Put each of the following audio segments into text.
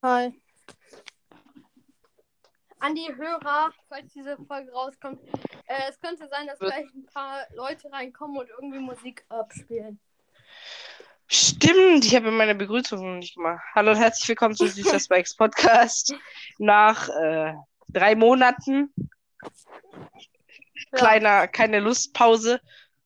Hi. An die Hörer, falls diese Folge rauskommt. Es könnte sein, dass gleich ein paar Leute reinkommen und irgendwie Musik abspielen. Stimmt, ich habe meine Begrüßung noch nicht gemacht. Hallo und herzlich willkommen zu Süßer Spikes Podcast. Nach 3 Monaten. Keine Lustpause.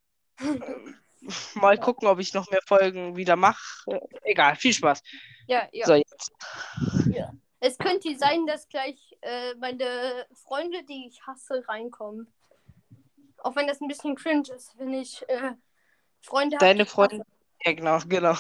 Mal gucken, ob ich noch mehr Folgen wieder mache. Egal, viel Spaß. Ja. So, jetzt. Ja. Es könnte sein, dass gleich meine Freunde, die ich hasse, reinkommen. Auch wenn das ein bisschen cringe ist, wenn ich Freunde habe, die Deine ich Freundin. hasse. Ja, genau.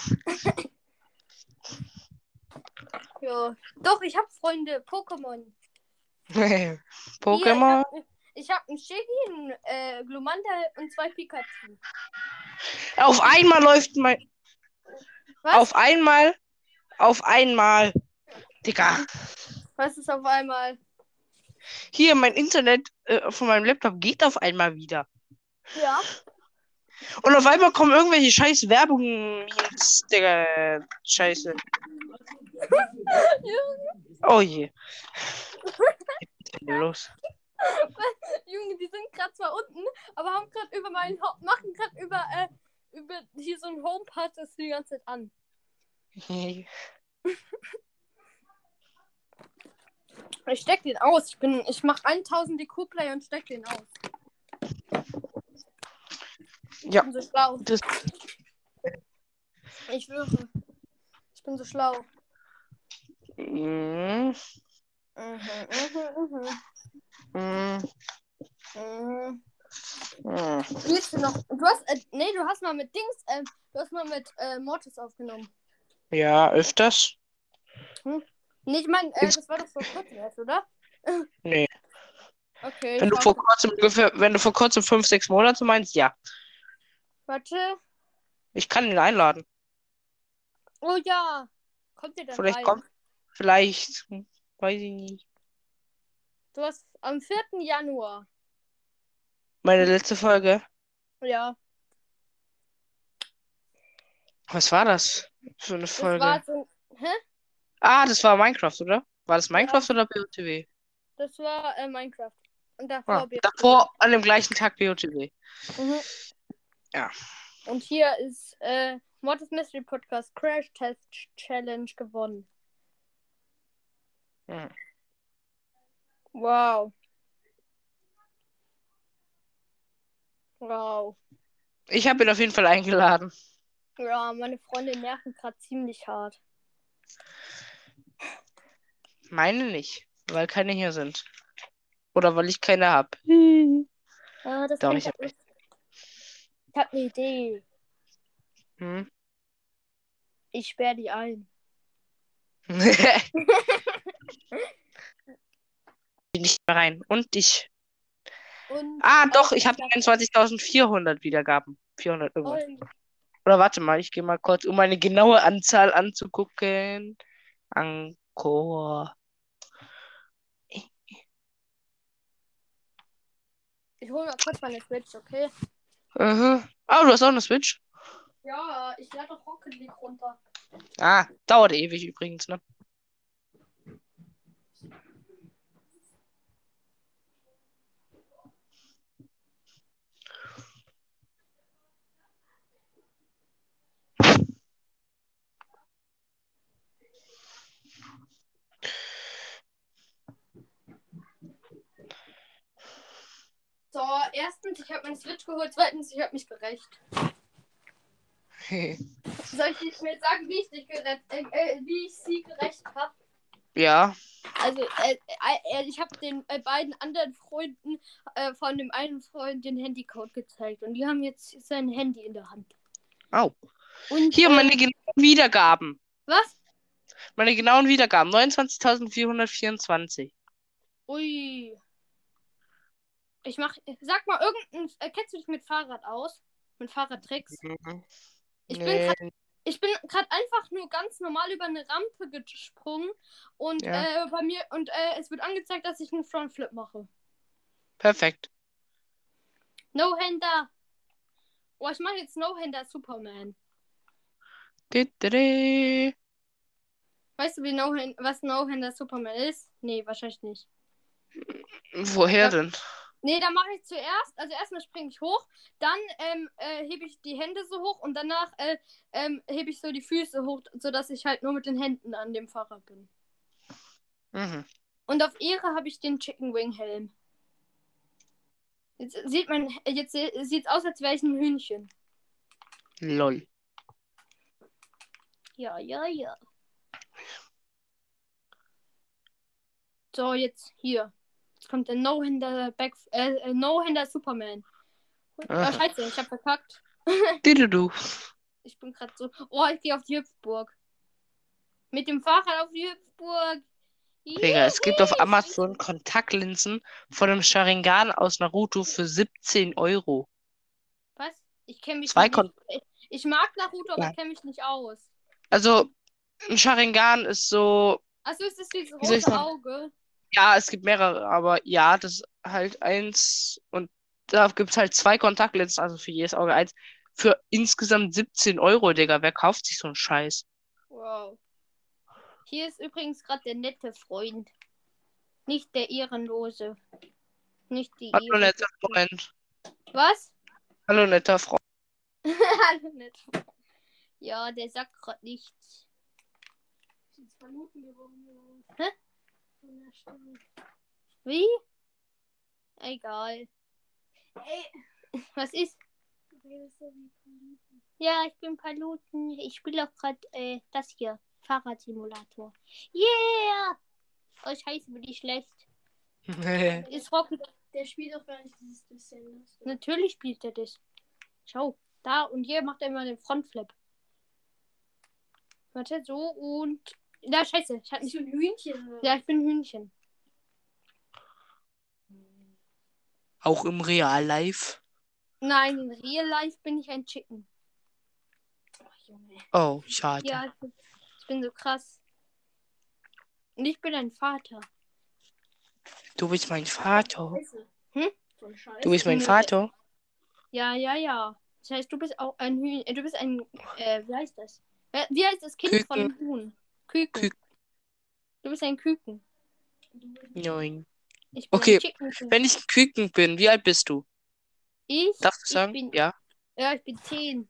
Ja. Doch, ich habe Freunde. Pokémon. Pokémon. Ich hab einen Shiggy, einen Glumanda und 2 Pikachu. Auf einmal läuft mein. Was? Auf einmal. Digga. Was ist auf einmal? Hier, mein Internet von meinem Laptop geht auf einmal wieder. Ja. Und auf einmal kommen irgendwelche scheiß Werbungen. Digga, scheiße. Oh je. Los. Junge, die sind gerade zwar unten, aber haben gerade machen gerade über hier so ein Homepad, das die ganze Zeit an. Ich steck den aus. Ich mach 1000 DQ-Play und steck den aus. Ich Ja. bin so schlau. Ich schwöre. Ich bin so schlau. Mhm. Willst du noch? Du hast mal mit Mortis aufgenommen. Ja, öfters. Nee, ich meine, das war doch vor kurzem erst, oder? Nee. Okay. Wenn du vor kurzem 5, 6 Monate meinst, ja. Warte. Ich kann ihn einladen. Oh ja. Kommt ihr dann Vielleicht rein? vielleicht. Weiß ich nicht. Du hast am 4. Januar. Meine letzte Folge. Ja. Was war das für eine Das Folge? war so. Hä? Ah, das war Minecraft, oder? War das Minecraft Ja. oder BOTW? Das war Minecraft. Und davor davor an dem gleichen Tag BOTW. Mhm. Ja. Und hier ist Mortis Mystery Podcast Crash Test Challenge gewonnen. Hm. Wow. Ich habe ihn auf jeden Fall eingeladen. Ja, meine Freunde nerven gerade ziemlich hart. Meine nicht, weil keine hier sind. Oder weil ich keine habe. Ja, das Doch, ich habe eine Idee. Hm? Ich sperre die ein. Nicht mehr rein. Und ich. Und Doch, ich habe 21.400 Wiedergaben. 400 irgendwas. Oh. Oder warte mal, ich gehe mal kurz, um eine genaue Anzahl anzugucken. Anchor. Ich hole mal kurz meine Switch, okay? Du hast auch eine Switch? Ja, ich lade doch Rocket League runter. Dauert ewig übrigens, ne? So, erstens, ich habe meine Switch geholt. Zweitens, ich habe mich gerecht. Soll ich mir sagen, wie ich sie gerecht habe? Ja. Also, ich habe den beiden anderen Freunden von dem einen Freund den Handycode gezeigt. Und die haben jetzt sein Handy in der Hand. Und, hier meine genauen Wiedergaben. Was? Meine genauen Wiedergaben. 29.424. Ui. Sag mal, kennst du dich mit Fahrrad aus? Mit Fahrradtricks? Mhm. Ich bin gerade einfach nur ganz normal über eine Rampe gesprungen und bei mir es wird angezeigt, dass ich einen Frontflip mache. Perfekt. No-Hander. Oh, ich mache jetzt No-Hander Superman. Warte Weißt du, was No-Hander Superman ist? Nee, wahrscheinlich nicht. Woher denn? Nee, da mache ich zuerst, also erstmal springe ich hoch, dann hebe ich die Hände so hoch und danach hebe ich so die Füße hoch, sodass ich halt nur mit den Händen an dem Fahrrad bin. Mhm. Und auf Ehre habe ich den Chicken Wing Helm. Jetzt sieht's aus, als wäre ich ein Hühnchen. Lol. Ja, ja, ja. So, jetzt hier. Jetzt kommt der No-Hander Superman. Aha. Scheiße, ich hab verkackt. Du. Ich bin gerade so. Oh, ich gehe auf die Hüpfburg. Mit dem Fahrrad auf die Hüpfburg. Digga, es gibt auf Amazon Kontaktlinsen von einem Sharingan aus Naruto für 17 Euro. Was? Ich kenne mich Zwei nicht. Ich mag Naruto, aber Ja. kenne mich nicht aus. Also, ein Sharingan ist so. Achso, ist das dieses Wie soll ich rote sagen? Auge? Ja, es gibt mehrere, aber ja, das ist halt eins. Und da gibt es halt zwei Kontaktlinsen, also für jedes Auge eins. Für insgesamt 17 Euro, Digga. Wer kauft sich so einen Scheiß? Wow. Hier ist übrigens gerade der nette Freund. Nicht der Ehrenlose. Nicht die Hallo, Ehrenlose. netter Freund. Was? Hallo, netter Freund. Hallo, nett. Ja, der sagt gerade nichts. Hä? Wie? Egal. Ey. Was ist? Ja, ich bin Paluten. Ich spiele auch gerade das hier. Fahrradsimulator. Yeah! Oh, scheiße, bin ich schlecht. Ist Rocket. Der spielt auch gar nicht dieses bisschen. Natürlich spielt er das. Schau, da und hier macht er immer den Frontflip. Warte, so und. Na, scheiße. Ich hab Bist nicht... du ein Hühnchen? Oder? Ja, ich bin ein Hühnchen. Auch im Real Life. Nein, in Real Life bin ich ein Chicken. Ach, Junge. Oh, schade. Ja, ich bin so krass. Und ich bin ein Vater. Du bist mein Vater. Scheiße. Hm? So ein Scheiß. Du bist mein Nö. Vater. Ja, ja, ja. Das heißt, du bist auch ein Hühnchen. Du bist ein. Wie heißt das? Wie heißt das Kind von dem Huhn? Küken. Küken. Du bist ein Küken. Nein. Ich bin Okay, ein Chicken. wenn ich ein Küken bin, wie alt bist du? Darfst du Ich sagen? bin. Ja. Ja, ich bin 10.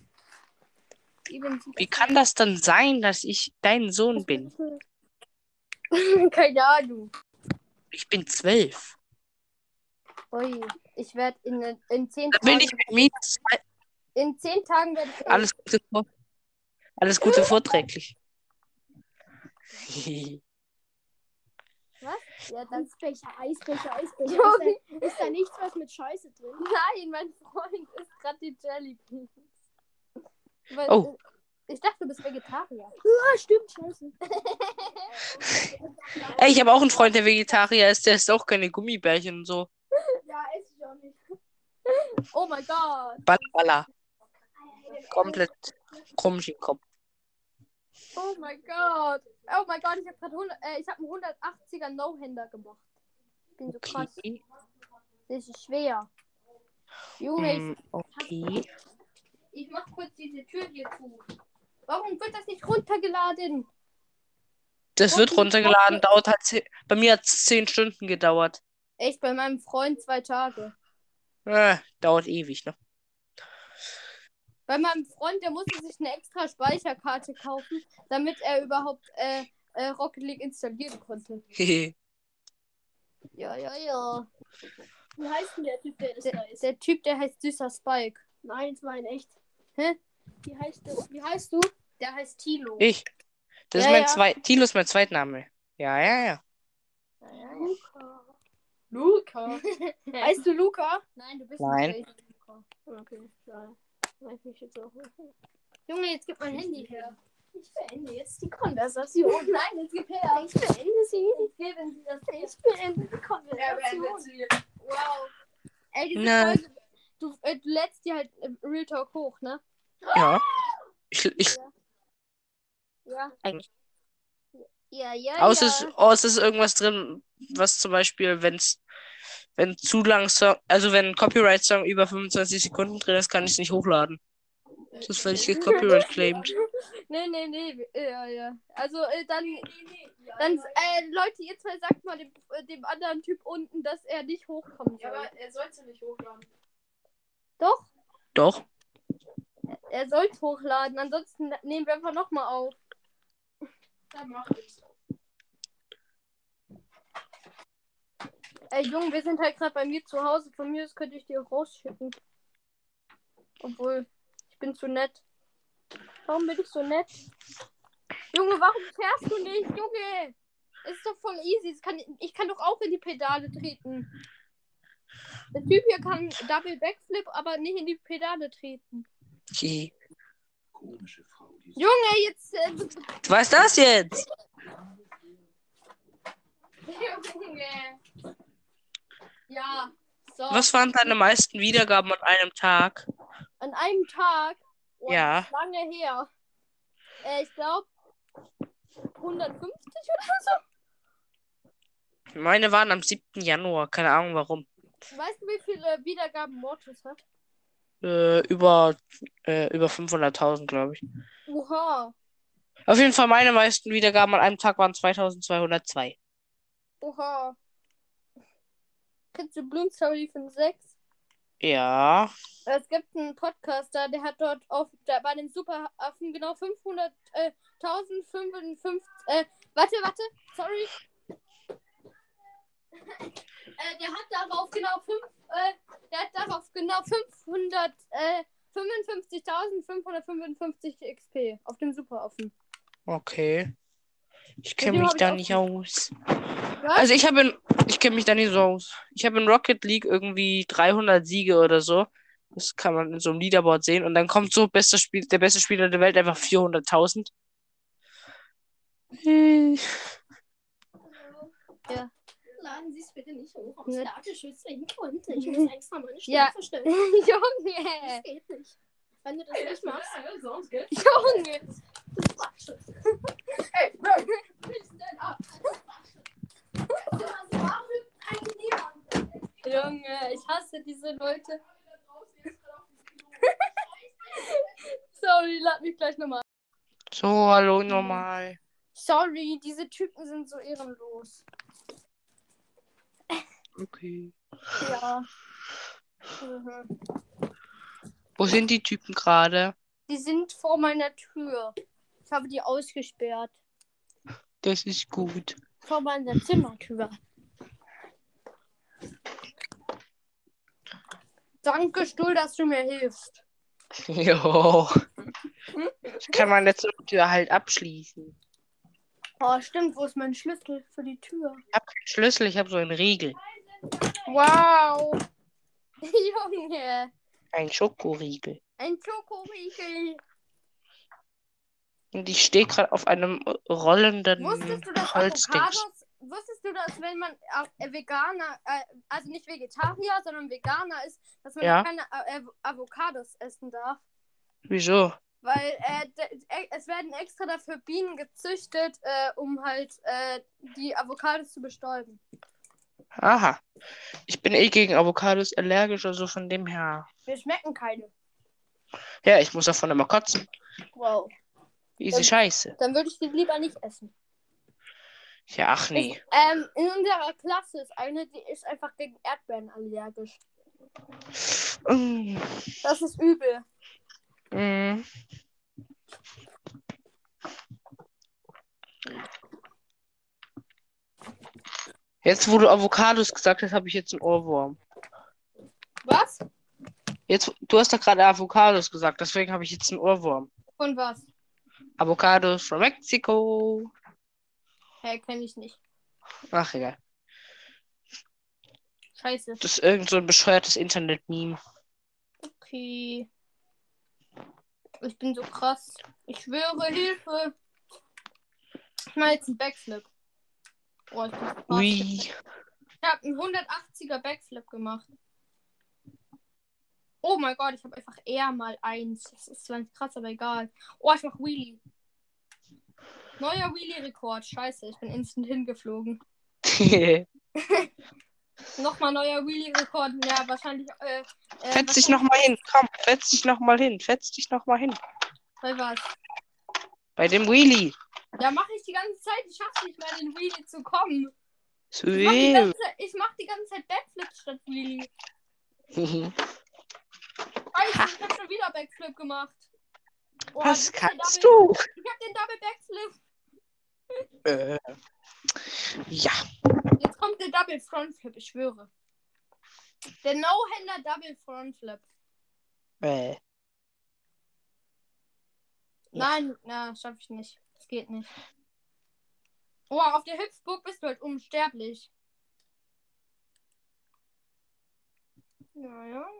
Wie kann das dann sein, dass ich dein Sohn bin? Keine Ahnung. Ich bin 12. Ui, ich werde in 10 Da bin Tagen. ich mit minus 2. In 10 Tagen werde ich. Alles Gute vorträglich. Was? Ja, dann. Eisbecher. Junge. Ist da nichts was mit Scheiße drin? Nein, mein Freund isst gerade die Jellybeans. Oh. Ich dachte, du bist Vegetarier. Ja, stimmt, scheiße. Ey, ich habe auch einen Freund, der Vegetarier ist. Der isst auch keine Gummibärchen und so. Ja, esse ich auch nicht. Oh mein Gott. Balla. Komplett komisch im Kopf. Oh mein Gott. Oh mein Gott, ich habe gerade einen 180er No-Hander gemacht. Ich bin so krass. Okay. Das ist schwer. Junge, Okay. ich mach kurz diese Tür hier zu. Warum wird das nicht runtergeladen? Das wird runtergeladen, dauert halt bei mir hat es 10 Stunden gedauert. Echt, bei meinem Freund 2 Tage. Dauert ewig, ne? Bei meinem Freund, der musste sich eine extra Speicherkarte kaufen, damit er überhaupt Rocket League installieren konnte. Ja, ja, ja. Wie heißt denn der Typ, der das da ist? Der Typ, der heißt Süßer Spike. Nein, es war in echt. Hä? Wie heißt du? Der heißt Tilo. Ich. Das Ja, ist mein Tilo ist mein Zweitname. Ja. Luca. Heißt du Luca? Nein, du bist Nein. nicht Luca. Okay, ja. Weiß mich jetzt auch. Junge, jetzt gib mein Handy her. Ich beende jetzt die Konversation. Nein, jetzt gib her. Ich beende sie. Geben Sie das her. Ich beende die Konversation. Wow. Ey, diese Nein. Folge, du lädst die halt Real Talk hoch, ne? Ja. Ich Ja. eigentlich. Ja. Außer ist irgendwas drin, was zum Beispiel, wenn zu lang Song, also wenn ein Copyright-Song über 25 Sekunden drin ist, kann ich es nicht hochladen. Das ist völlig gecopyright claimed. Nee. Ja. Also, dann, Leute, ihr zwei sagt mal dem anderen Typ unten, dass er nicht hochkommen soll. Ja, aber er sollte nicht hochladen. Doch, Doch. er soll hochladen, ansonsten nehmen wir einfach nochmal auf. Dann mach ich's. Ey, Junge, wir sind halt gerade bei mir zu Hause. Von mir aus könnte ich dir rausschicken. Obwohl, ich bin zu nett. Warum bin ich so nett? Junge, warum fährst du nicht? Junge! Es ist doch voll easy. Ich kann doch auch in die Pedale treten. Der Typ hier kann Double Backflip, aber nicht in die Pedale treten. Okay. Komische Frau, die Junge, jetzt... Was ist das jetzt? Junge. Ja, so. Was waren deine meisten Wiedergaben an einem Tag? An einem Tag... Oh, Ja. das ist lange her. Ich glaube 150 oder so. Meine waren am 7. Januar. Keine Ahnung warum. Weißt du, wie viele Wiedergaben Mortis hat? Über 500.000, glaube ich. Oha. Auf jeden Fall meine meisten Wiedergaben an einem Tag waren 2202. Oha. Kennst du Bloom Story 6? Ja. Es gibt einen Podcaster, der hat dort bei dem Superaffen genau 1055. Warte, sorry. Der hat darauf genau 55.555 XP auf dem Superaffen. Okay. Ich kenne dem mich hab ich da auch nicht schon- aus. Was? Also ich kenne mich da nicht so aus. Ich habe in Rocket League irgendwie 300 Siege oder so. Das kann man in so einem Leaderboard sehen. Und dann kommt so der beste Spieler der Welt einfach 400.000. Ja. Laden Sie es bitte nicht hoch aus Ja. datenschutzrechtlichen Gründen. Ich muss extra meine Stimme Ja. verstellen. Junge. Das geht nicht. Wenn du das nicht machst, sonst geht's. Junge. Ey, Bro, stand up. Junge, ich hasse diese Leute. Sorry, lad mich gleich nochmal. So, hallo nochmal. Sorry, diese Typen sind so ehrenlos. Okay. Ja. Mhm. Wo sind die Typen gerade? Die sind vor meiner Tür. Ich habe die ausgesperrt. Das ist gut. Vor meiner Zimmertür. Danke, Stuhl, dass du mir hilfst. Jo. Ich kann meine Tür halt abschließen. Oh, stimmt. Wo ist mein Schlüssel für die Tür? Ich habe keinen Schlüssel, ich habe so einen Riegel. Wow. Junge. Ein Schokoriegel. Ein Schokoriegel. Und ich stehe gerade auf einem rollenden Wusstest du, dass Holzdings. Wusstest du, dass wenn man Veganer, also nicht Vegetarier, sondern Veganer ist, dass man Ja. keine Avocados essen darf? Wieso? Weil es werden extra dafür Bienen gezüchtet, um halt die Avocados zu bestäuben. Aha. Ich bin gegen Avocados allergisch, also von dem her. Wir schmecken keine. Ja, ich muss davon immer kotzen. Wow. Easy Scheiße. Dann würde ich die lieber nicht essen. Ja, ach nee. In unserer Klasse ist eine, die ist einfach gegen Erdbeeren allergisch. Mm. Das ist übel. Mm. Jetzt, wo du Avocados gesagt hast, habe ich jetzt einen Ohrwurm. Was? Jetzt, du hast doch gerade Avocados gesagt, deswegen habe ich jetzt einen Ohrwurm. Und was? Avocados from Mexico. Kenne ich nicht. Ach, egal. Scheiße. Das ist irgend so ein bescheuertes Internet-Meme. Okay. Ich bin so krass. Ich schwöre, Hilfe. Ich mache jetzt einen Backflip. Oh, ich bin so krass. Ui. Ich habe einen 180er Backflip gemacht. Oh mein Gott, ich habe einfach eher mal 1. Das ist zwar nicht krass, aber egal. Oh, ich mache Wheelie. Neuer Wheelie-Rekord. Scheiße, ich bin instant hingeflogen. Nochmal neuer Wheelie-Rekord. Ja, wahrscheinlich. Fetz dich nochmal hin. Komm, fetz dich nochmal hin. Fetz dich nochmal hin. Bei was? Bei dem Wheelie. Ja, mache ich die ganze Zeit. Ich schaff's nicht mehr, in den Wheelie zu kommen. Sweet. Ich mach die ganze Zeit Backflip statt Wheelie. Ha, Scheiße, ich hab schon wieder Backflip gemacht. Oh, was das ist der kannst Double- du? Ich hab den Double Backflip. Ja. Jetzt kommt der Double Frontflip, ich schwöre. Der No-Händer Double Frontflip. Ja. Nein, na, schaff ich nicht. Das geht nicht. Oh, auf der Hüpfburg bist du halt unsterblich. Naja.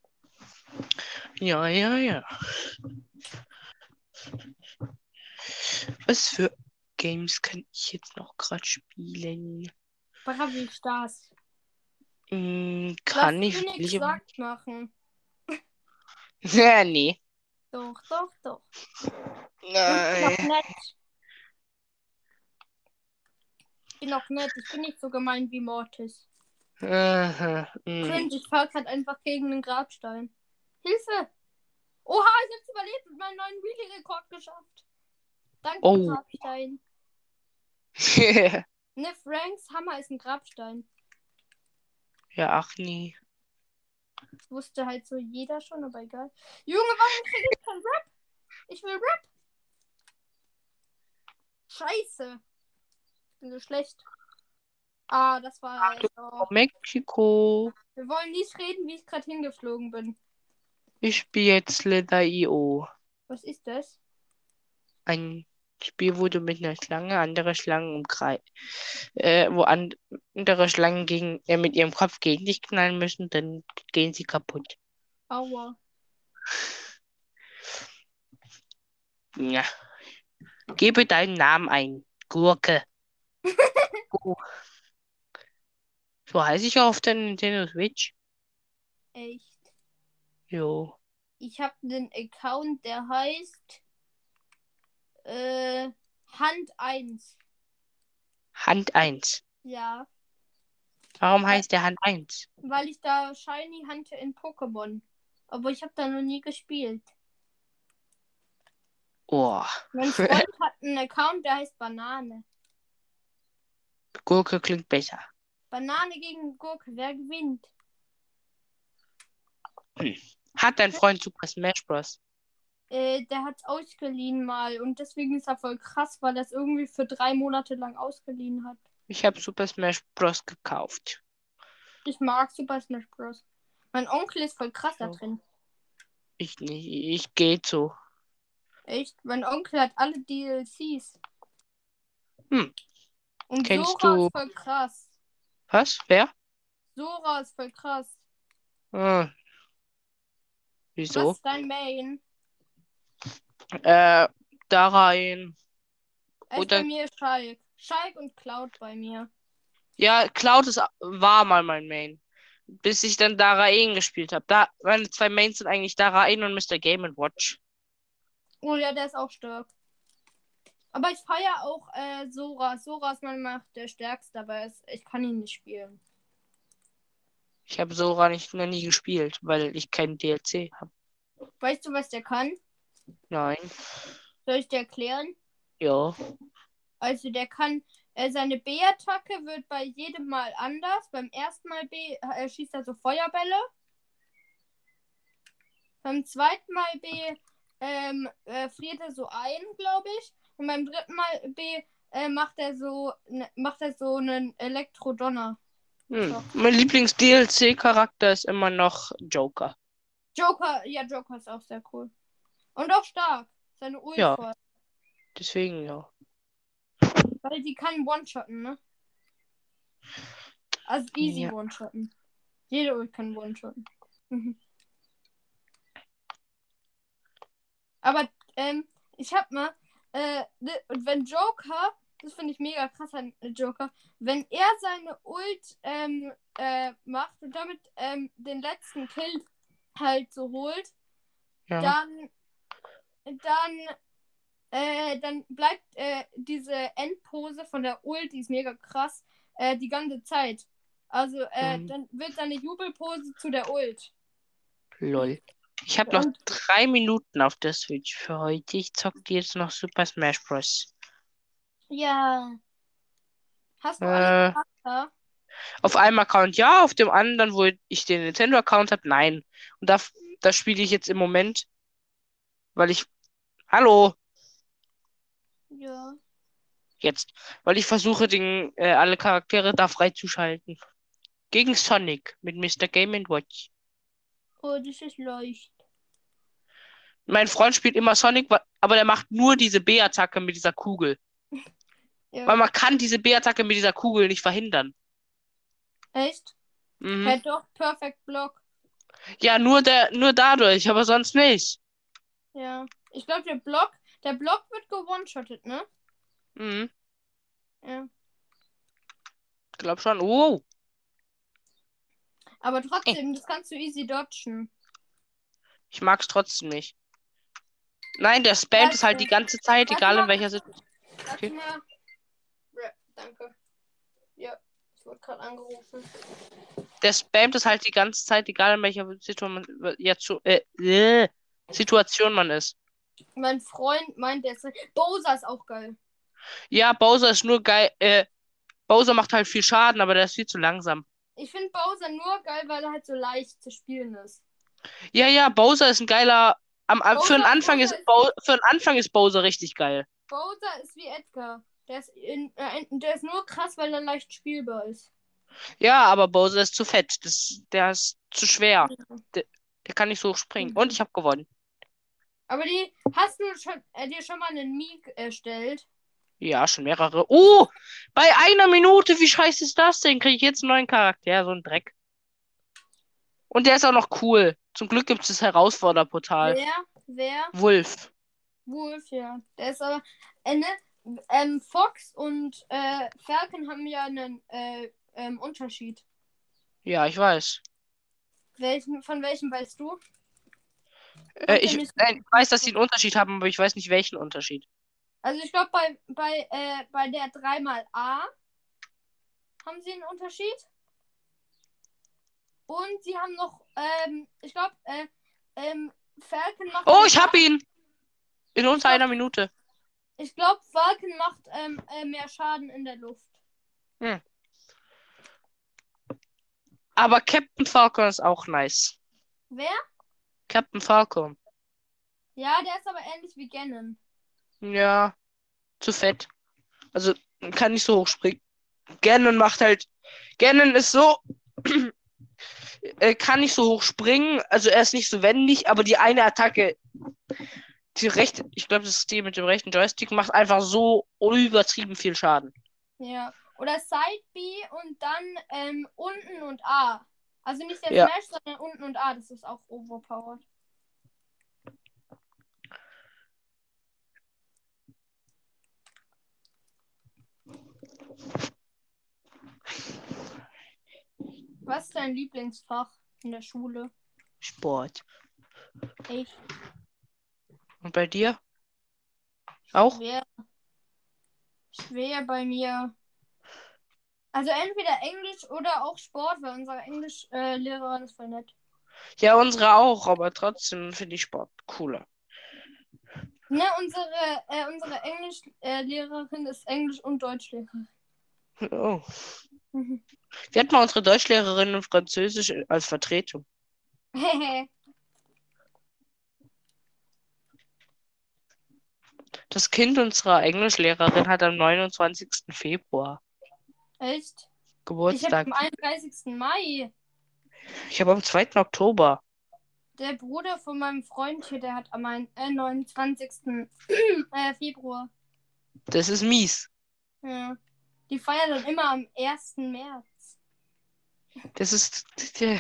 Ja, ja, ja. Was für Games kann ich jetzt noch gerade spielen? Bravi Stars. Kann Lass ich Phoenix wirklich. Sack machen. Ja, nee. Doch, doch, doch. Und Nein. ich bin auch nett. Ich bin auch nett. Ich bin nicht so gemein wie Mortis. Aha, Cringe, ich fahr grad einfach gegen den Grabstein. Hilfe! Oha, ich hab's überlebt und meinen neuen Wheelie-Rekord geschafft. Danke, Oh. Grabstein. Ne, Franks Hammer ist ein Grabstein. Ja, ach nee. Das wusste halt so jeder schon, aber egal. Junge, warum krieg ich kein Rap? Ich will Rap. Scheiße. Ich bin so schlecht. Ah, das war... Oh. Mexiko. Wir wollen nicht reden, wie ich gerade hingeflogen bin. Ich spiele jetzt Slither.io. Was ist das? Ein Spiel, wo du mit einer Schlange andere Schlangen umkreist. Wo andere Schlangen mit ihrem Kopf gegen dich knallen müssen, dann gehen sie kaputt. Aua. Ja. Gebe deinen Namen ein. Gurke. Oh. So heiße ich auch auf der Nintendo Switch. Echt. Jo. Ich habe einen Account, der heißt Hand 1. Hand 1. Ja, Warum heißt der Hand 1? weil ich da Shiny hatte in Pokémon. Aber ich habe da noch nie gespielt. Oh. Mein Freund hat einen Account, der heißt Banane. Gurke klingt besser. Banane gegen Gurke, wer gewinnt? Hat dein Freund Super Smash Bros? Der hat's ausgeliehen mal und deswegen ist er voll krass, weil er es irgendwie für 3 Monate lang ausgeliehen hat. Ich habe Super Smash Bros gekauft. Ich mag Super Smash Bros. Mein Onkel ist voll krass da Ja. drin. Ich nicht. Ich gehe so. Echt? Mein Onkel hat alle DLCs. Hm. Und Kennst Sora du- ist voll krass. Was? Wer? Sora ist voll krass. Hm. Was Wieso? ist dein Main? Da rein. Oder- Bei mir Schalk. Schalk und Cloud bei mir. Ja, Cloud war mal mein Main. Bis ich dann Daraen gespielt habe. Da, meine zwei Mains sind eigentlich Daraen und Mr. Game Watch. Oh ja, der ist auch stark. Aber ich feiere auch Sora. Sora ist meiner Meinung nach der stärkste, aber ich kann ihn nicht spielen. Ich habe Sora noch nie gespielt, weil ich keinen DLC habe. Weißt du, was der kann? Nein. Soll ich dir erklären? Ja. Also der kann, seine B-Attacke wird bei jedem Mal anders. Beim ersten Mal schießt er so Feuerbälle. Beim zweiten Mal B friert er so ein, glaube ich. Und beim dritten Mal B macht er so einen Elektrodonner. Mein Lieblings-DLC-Charakter ist immer noch Joker. Joker ist auch sehr cool. Und auch stark. Seine Ult Ja. voll. Deswegen ja. Weil die kann One-Shotten, ne? Also easy Ja. One-Shotten. Jede Ult kann One-Shotten. Mhm. Aber, ich hab mal, und wenn Joker, das finde ich mega krass an Joker, wenn er seine Ult, macht und damit, den letzten Kill halt so holt, Ja. dann bleibt, diese Endpose von der Ult, die ist mega krass, die ganze Zeit. Also, Mhm. dann wird seine Jubelpose zu der Ult. Lol. Ich habe noch Und 3 Minuten auf der Switch für heute. Ich zocke jetzt noch Super Smash Bros. ja. Hast du alle Äh, Charakter? auf einem Account ja, auf dem anderen, wo ich den Nintendo-Account habe, nein. Und da spiele ich jetzt im Moment, weil ich. Hallo, Ja. jetzt. Weil ich versuche, alle Charaktere da freizuschalten. Gegen Sonic mit Mr. Game Watch. Oh, das ist leicht. Mein Freund spielt immer Sonic, aber der macht nur diese B-Attacke mit dieser Kugel. Weil Ja. man kann diese B-Attacke mit dieser Kugel nicht verhindern. Echt? Mhm. Hä, doch, Perfect Block. Ja, nur dadurch, aber sonst nicht. Ja. Ich glaube, der Block wird gewone-shottet, ne? Mhm. Ja. Glaub schon. Oh. Aber Ey, trotzdem, das kannst du easy dodgen. ich mag's trotzdem nicht. Nein, der spammt es halt die Warte, ganze Zeit, warte egal in mal, welcher Situation. warte Okay. mal. Ja, danke. Ja, ich wurde gerade angerufen. Der spammt es halt die ganze Zeit, egal in welcher Situation man ist. Mein Freund meint, der ist. Bowser ist auch geil. Ja, Bowser ist nur geil. Bowser macht halt viel Schaden, aber der ist viel zu langsam. Ich finde Bowser nur geil, weil er halt so leicht zu spielen ist. Ja, Bowser ist ein geiler. Für den Anfang Bowser für den Anfang ist Bowser richtig geil. Bowser ist wie Edgar. Der ist nur krass, weil er leicht spielbar ist. Ja, aber Bowser ist zu fett. Der ist zu schwer. Der kann nicht so hoch springen. Und ich habe gewonnen. Aber hast du dir schon mal einen Miek erstellt? Ja, schon mehrere. Bei einer Minute, wie scheiße ist das denn? Kriege ich jetzt einen neuen Charakter? So ein Dreck. Und der ist auch noch cool. Zum Glück gibt es das Herausforderportal. Wer? Wolf. Wolf, ja. Der ist aber. Ne? Fox und Falcon haben ja einen Unterschied. Ja, ich weiß. Von welchem weißt du? Sagt er nicht. Ich weiß, dass sie einen Unterschied haben, aber ich weiß nicht, welchen Unterschied. Also ich glaube, bei der 3x A haben sie einen Unterschied. Und sie haben noch, ich glaube, Falcon macht. Oh, ich hab ihn! In unter einer Minute. Ich glaube, Falcon macht mehr Schaden in der Luft. Hm. Aber Captain Falcon ist auch nice. Wer? Captain Falcon. Ja, der ist aber ähnlich wie Ganon. Ja, zu fett. Also, kann nicht so hoch springen. Ganon ist so. Kann nicht so hoch springen. Also, er ist nicht so wendig, aber die eine Attacke. Ich glaube, das ist die mit dem rechten Joystick, macht einfach so übertrieben viel Schaden. Ja. Oder Side B und dann unten und A. Also nicht der Ja. Smash, sondern unten und A. Das ist auch overpowered. Was ist dein Lieblingsfach in der Schule? Sport. Echt Und bei dir? Auch? schwer bei mir. Also entweder Englisch oder auch Sport, weil unsere Englischlehrerin ist voll nett. Ja, unsere auch, aber trotzdem finde ich Sport cooler. Ne, unsere Englischlehrerin ist Englisch- und Deutschlehrerin. Oh. Wir hatten mal unsere Deutschlehrerin und Französisch als Vertretung. Das Kind unserer Englischlehrerin hat am 29. Februar Echt? Ich habe Geburtstag. am 31. Mai. Ich habe am 2. Oktober. Der Bruder von meinem Freund hier, der hat am 29. Februar. Das ist mies. Ja. Die feiern dann immer am 1. März. Das ist. Hm?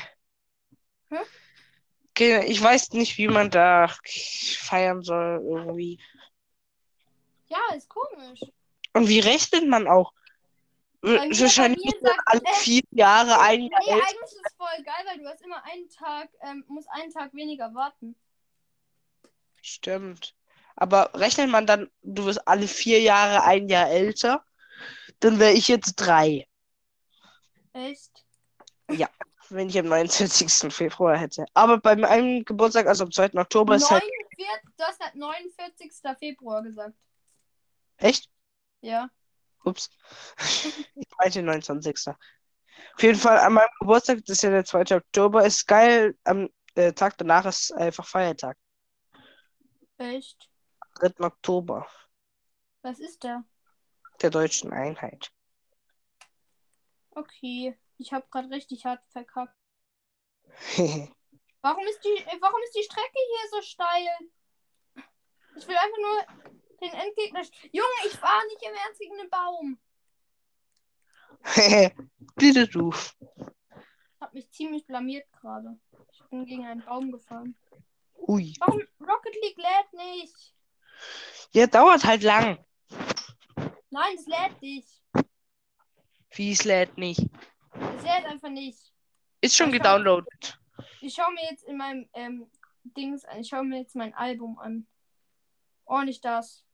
Okay, ich weiß nicht, wie man da feiern soll irgendwie. Ja, ist komisch. Und wie rechnet man auch? Bei mir Wahrscheinlich sagt alle 4 Jahre ein Jahr nee, älter. eigentlich ist es voll geil, weil du hast immer musst einen Tag weniger warten. Stimmt. Aber rechnet man dann, du wirst alle 4 Jahre ein Jahr älter, dann wäre ich jetzt 3. Echt? Ja, wenn ich am 29. Februar hätte. Aber bei meinem Geburtstag, also am 2. Oktober, ist halt 49, du hast halt 49. Februar gesagt. echt. Ja. Ups. Ich meinte 29. Auf jeden Fall an meinem Geburtstag, das ist ja der 2. Oktober, ist geil. Am Tag danach ist einfach Feiertag. Echt? 3. Oktober, Was ist da? der deutschen Einheit. Okay. Ich habe gerade richtig hart verkackt. Warum ist die Strecke hier so steil? Ich will einfach nur den Endgegner. Junge, ich fahre nicht im Ernst gegen den Baum. Bitte du. Ich habe mich ziemlich blamiert gerade. Ich bin gegen einen Baum gefahren. Ui. Warum Rocket League lädt nicht? Ja, dauert halt lang. Nein, es lädt nicht. Wie es lädt nicht. Es lädt einfach nicht. Ist schon Ich schau, gedownloadet. ich schau mir jetzt in meinem Dings an. Ich schaue mir jetzt mein Album an. Oh, nicht das.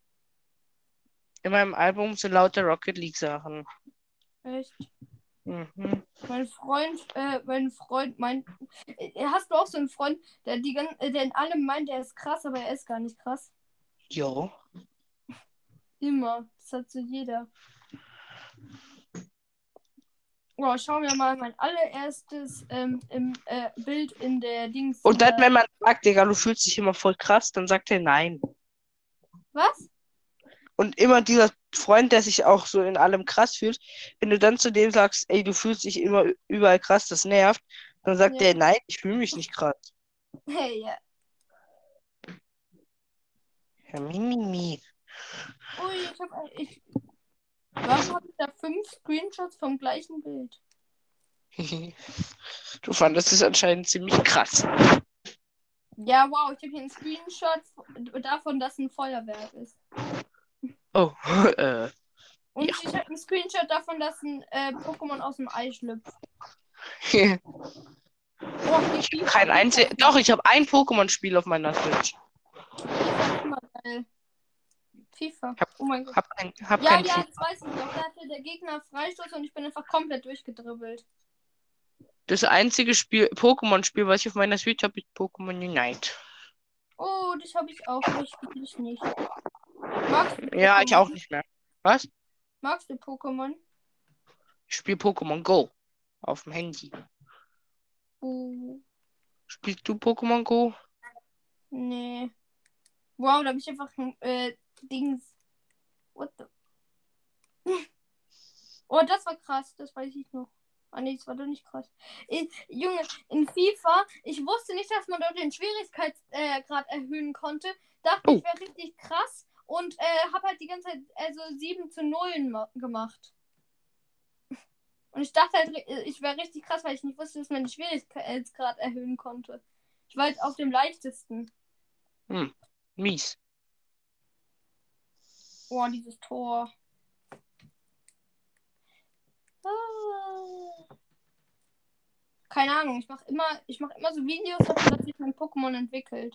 In meinem Album sind lauter Rocket League Sachen. Echt? Mhm. Mein Freund meint. Hast du auch so einen Freund, der der in allem meint, der ist krass, aber er ist gar nicht krass? Jo. Immer. Das hat so jeder. Wow, schauen wir mal mein allererstes Bild in der Dings. Und dann, wenn man sagt, Digga, du fühlst dich immer voll krass, dann sagt er nein. Was? Und immer dieser Freund, der sich auch so in allem krass fühlt, wenn du dann zu dem sagst, ey, du fühlst dich immer überall krass, das nervt, dann sagt Ja. der, nein, ich fühle mich nicht krass. Hey, ja. Ja, mi. Ui, warum habe ich da 5 Screenshots vom gleichen Bild? Du fandest es anscheinend ziemlich krass. Ja, wow, ich habe hier einen Screenshot davon, dass ein Feuerwerk ist. Oh, Und ja. ich habe einen Screenshot davon, dass ein Pokémon aus dem Ei schlüpft. Oh, hier FIFA. Kein einziges. Doch, ich habe ein Pokémon-Spiel auf meiner Switch. FIFA ist immer geil. FIFA. Oh mein Gott. Hab Ja, kein ja, FIFA. das weiß ich doch. Da hatte der Gegner Freistoß und ich bin einfach komplett durchgedribbelt. Das einzige Pokémon-Spiel, was ich auf meiner Switch habe, ist Pokémon Unite. Oh, das habe ich auch. Aber ich spiele dich nicht. Magst du Ja, Pokémon? ich auch nicht mehr. Was? Magst du Pokémon? Ich spiele Pokémon Go auf dem Handy. Spielst du Pokémon Go? Nee. Wow, da habe ich einfach ein Dings. What the? Oh, das war krass. Das weiß ich noch. Ah, nee, das war doch nicht krass. Junge, in FIFA, ich wusste nicht, dass man dort den Schwierigkeitsgrad erhöhen konnte. Dachte, ich wäre richtig krass und habe halt die ganze Zeit 7:0 gemacht. Und ich dachte halt, ich wäre richtig krass, weil ich nicht wusste, dass man den Schwierigkeitsgrad erhöhen konnte. Ich war halt auf dem leichtesten. Mies. Oh, dieses Tor. Ah. Keine Ahnung, ich mache immer so Videos davon, dass sich mein Pokémon entwickelt.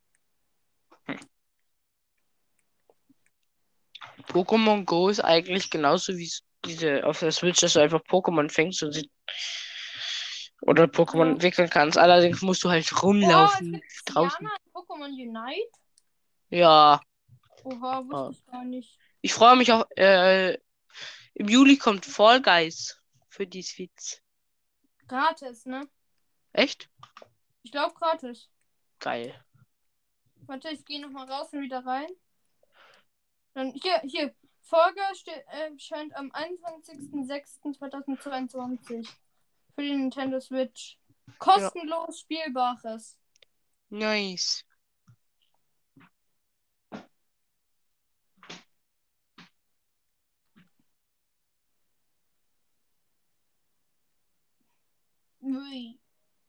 Pokémon Go ist eigentlich genauso wie diese auf der Switch, dass du einfach Pokémon fängst oder Pokémon entwickeln kannst. Allerdings musst du halt Oh, es rumlaufen gibt draußen. Diana in Pokémon Unite? Ja. Oha, wusste ich gar nicht. Ich freue mich auch. Im Juli kommt Fall Guys für die Switch. Gratis, ne? Echt? Ich glaube gratis. Geil. Warte, ich gehe nochmal raus und wieder rein. Dann hier. Folge scheint am 21.06.2022 für die Nintendo Switch. Kostenlos Spielbares. Nice. Ui.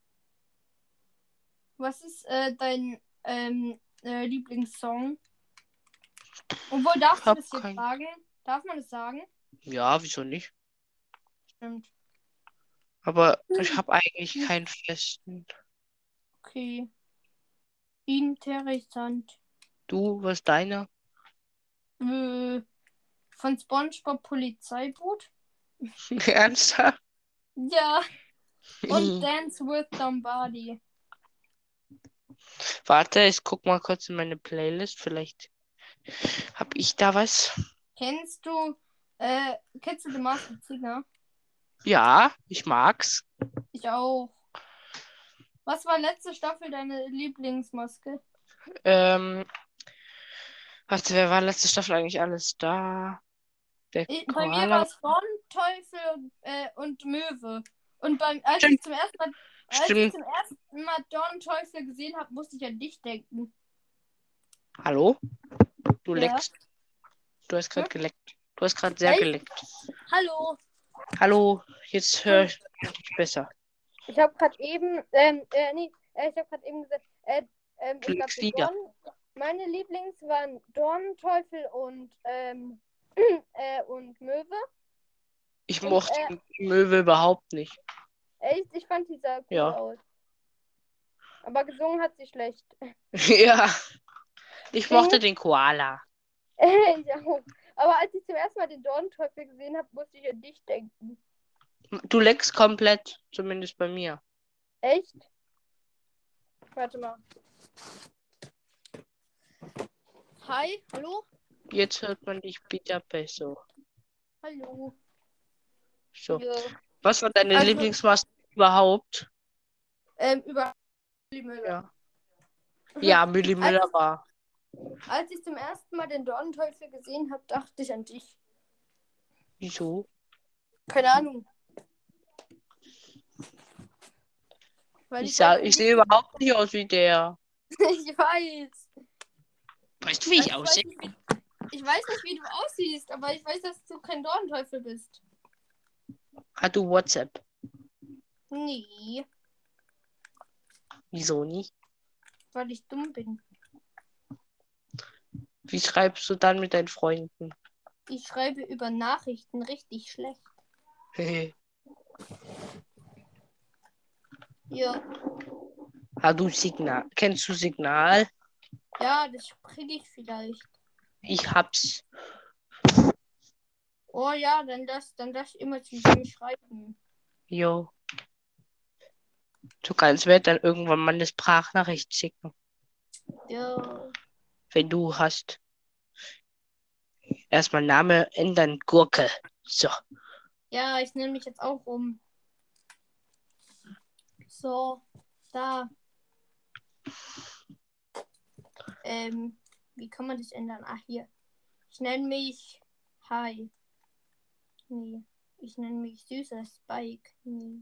Was ist dein Lieblingssong? Obwohl, darfst du das jetzt sagen? Darf man das sagen? Ja, wieso nicht? Stimmt. Aber ich habe eigentlich keinen festen. Okay. Interessant. Du, was ist deiner? Von SpongeBob Polizeiboot? Ernsthaft? Ja. Und Dance with Somebody. Warte, ich guck mal kurz in meine Playlist. Vielleicht habe ich da was. Kennst du The Masked Singer? Ja, ich mag's. Ich auch. Was war letzte Staffel deine Lieblingsmaske? Warte, wer war letzte Staffel eigentlich alles da? Der Bei mir war Koala. es Dornteufel und Möwe. Und als Stimmt. ich zum ersten Mal, Stimmt. Dornteufel gesehen habe, musste ich an dich denken. Hallo? Du Ja. leckst. Du hast gerade geleckt. Du hast gerade sehr Echt? geleckt. Hallo. Hallo, jetzt höre ich dich besser. Ich habe gerade eben, ich habe gerade eben gesagt, Du leckst Lieder. meine Lieblings waren Dornteufel und und Möwe. Ich Und, mochte die Möwe überhaupt nicht. Echt, ich fand die sah cool Ja. aus. Aber gesungen hat sie schlecht. Ja. Ich mochte den Koala. Ich auch. Aber als ich zum ersten Mal den Dornteufel gesehen habe, musste ich an dich denken. Du leckst komplett, zumindest bei mir. Echt? Warte mal. Hi, hallo? Jetzt hört man dich wieder besser. Hallo. So. Ja. Was war deine Also- Lieblingsmaske überhaupt? Über Milli Müller. Ja. Ja, Milli Müller war. Als ich zum ersten Mal den Dornteufel gesehen habe, dachte ich an dich. Wieso? Keine Ahnung. Weil Ich wollte sehe überhaupt nicht aus wie der. Ich weiß. Weißt du, wie ich aussehe? Ich weiß nicht, wie du aussiehst, aber ich weiß, dass du kein Dornteufel bist. Hast du WhatsApp? Nee, Wieso nicht? weil ich dumm bin. Wie schreibst du dann mit deinen Freunden? Ich schreibe über Nachrichten richtig schlecht. Ja, Hast du Signal? Kennst du Signal? ja, das kriege ich vielleicht. Ich hab's. Oh ja, dann lass immer zusammen schreiben. Jo. Du kannst mir dann irgendwann mal eine Sprachnachricht schicken, Ja. wenn du hast. Erstmal Name ändern, Gurke. So. Ja, ich nenne mich jetzt auch um. So, da. Wie kann man das ändern? Ach, hier. Ich nenne mich Hi. Nee. Ich nenne mich süßer Spike. Nee.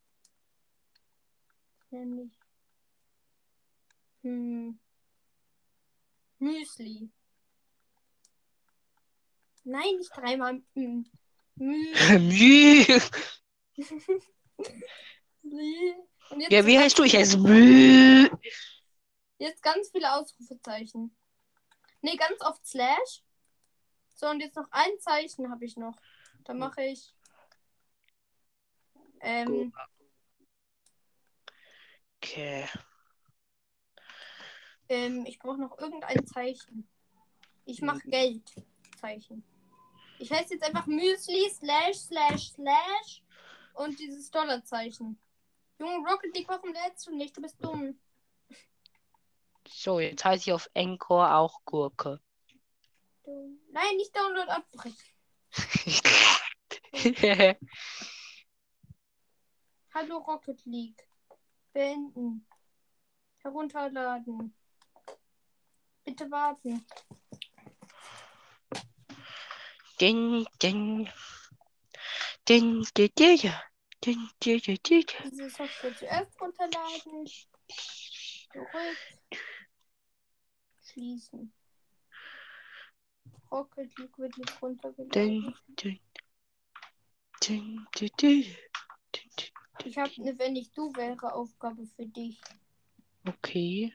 Ich nenne mich Müsli. Nein, nicht dreimal. Müsli. Müh. Und jetzt Ja, so wie ganz heißt du? Ich viele- heiße Müh. Jetzt ganz viele Ausrufezeichen. Nee, ganz oft Slash. So, und jetzt noch ein Zeichen habe ich noch. Da mache ich. Okay. Ich brauche noch irgendein Zeichen. Ich mache Geldzeichen. Ich heiße jetzt einfach Müsli /// und dieses Dollarzeichen. Junge Rocket League, warum lädst du nicht? Du bist dumm. So, jetzt heiße ich auf Encore auch Gurke. Nein, nicht Download abbrechen. Hallo Rocket League. Beenden. Herunterladen. Bitte warten. Ding, ding. Ding, ding, ding, ding, ding, ding, ding. Diese Software zuerst runterladen. Zurück. Schließen. Rocket League wird jetzt runtergeladen. Ding, ding, ding, ding, ding, ding. Ich habe eine Wenn ich du wäre Aufgabe für dich. Okay.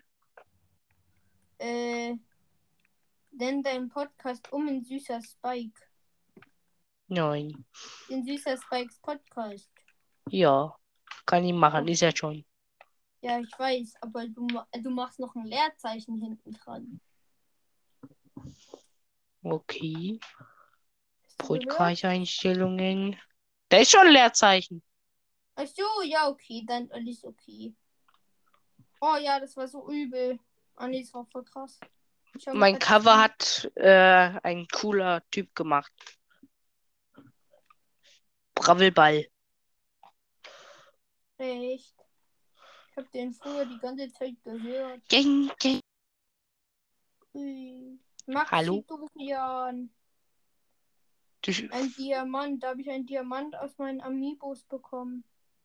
Nenn deinen Podcast um in süßer Spike. Nein. In süßer Spikes Podcast. Ja. Kann ich machen, ist ja schon. Ja, ich weiß, aber du machst noch ein Leerzeichen hinten dran. Okay. Hast du gehört? Brotkreiseinstellungen. Da ist schon ein Leerzeichen. Ach so, ja, okay, dann alles okay. Oh ja, das war so übel. Ah nee, das war voll krass. Ich schau mir Mein grad Cover hat ein cooler Typ gemacht. Brabbelball. echt. Ich hab den früher die ganze Zeit gehört. Geng, geng. Hallo? Maxi Dorian. Du- Ein Diamant. Da habe ich einen Diamant aus meinen Amiibos bekommen.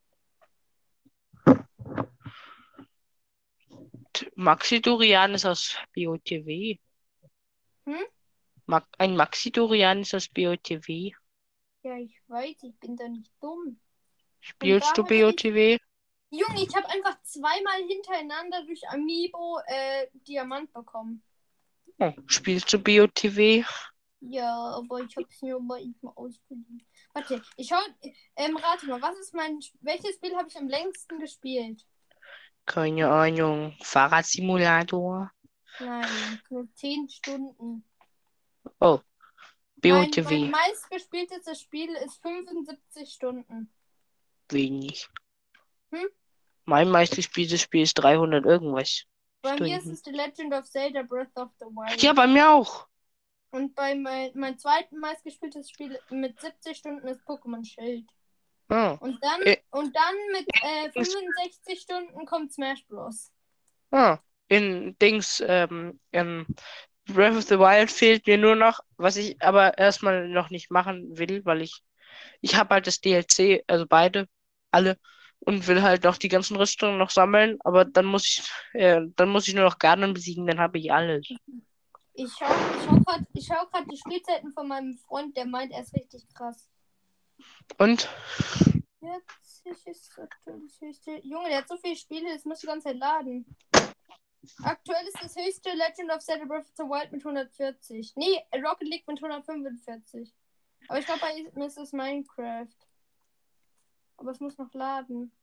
Maxi Dorian ist aus BOTW. Hm? Ein Maxi Dorian ist aus BOTW. Ja, ich weiß, ich bin da nicht dumm. Und Spielst du daher habe ich. BOTW? Junge, ich habe einfach zweimal hintereinander durch Amiibo Diamant bekommen. Oh, spielst du BOTW? Ja, aber ich habe es mir mal ausgeliehen. Warte, ich schau. Rate mal, welches Spiel habe ich am längsten gespielt? Keine Ahnung. Fahrradsimulator? Nein, nur 10 Stunden. Oh, Mein BOTW. meistgespieltes Spiel ist 75 Stunden. Wenig. Hm? Mein meistgespieltes Spiel ist 300 irgendwas Bei mir ist Stunden. es The Legend of Zelda Breath of the Wild. Ja, bei mir auch. Und bei mein zweiten meistgespieltes Spiel mit 70 Stunden ist Pokémon Schild. Ah. Und dann, Äh, mit 65 Stunden kommt Smash Bros. In Dings, in Breath of the Wild fehlt mir nur noch, was ich aber erstmal noch nicht machen will, weil ich habe halt das DLC, also alle, und will halt noch die ganzen Rüstungen noch sammeln, aber dann muss ich nur noch Ganon besiegen, dann habe ich alles. Ich schau grad die Spielzeiten von meinem Freund, der meint, er ist richtig krass. Und? Jetzt ist aktuell das höchste. Junge, der hat so viele Spiele, das muss die ganze Zeit laden. Aktuell ist das höchste Legend of Zelda Breath of the Wild mit 140. Nee, Rocket League mit 145. Aber ich glaube, bei mir ist es Minecraft. Aber es muss noch laden.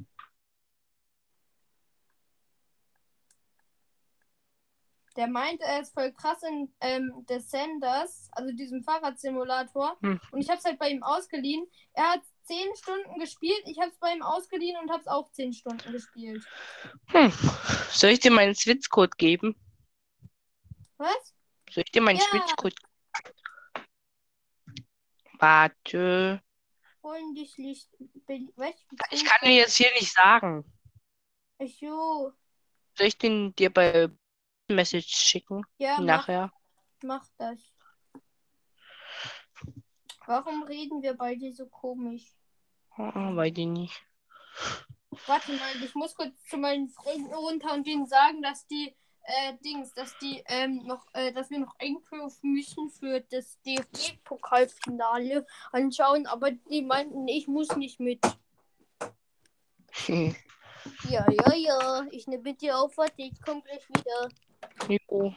Der meint, er ist voll krass in Descenders, also diesem Fahrradsimulator. Hm. Und ich habe es halt bei ihm ausgeliehen. Er hat 10 Stunden gespielt. Ich habe es bei ihm ausgeliehen und habe es auch 10 Stunden gespielt. Soll ich dir meinen Switch-Code geben? Was? Soll ich dir meinen Ja. Switch-Code? Warte. Freundlich. Was? Ich kann dir jetzt hier nicht sagen. Ach so. Soll ich den dir bei Message schicken? Ja, Nachher. mach das. Warum reden wir beide so komisch? Weiß ich nicht. Warte mal, ich muss kurz zu meinen Freunden runter und denen sagen, dass die dass wir noch einkaufen müssen für das DFB-Pokalfinale anschauen, aber die meinten, ich muss nicht mit. Ja, ich nehme mit dir auf, warte, ich komme gleich wieder. Jo.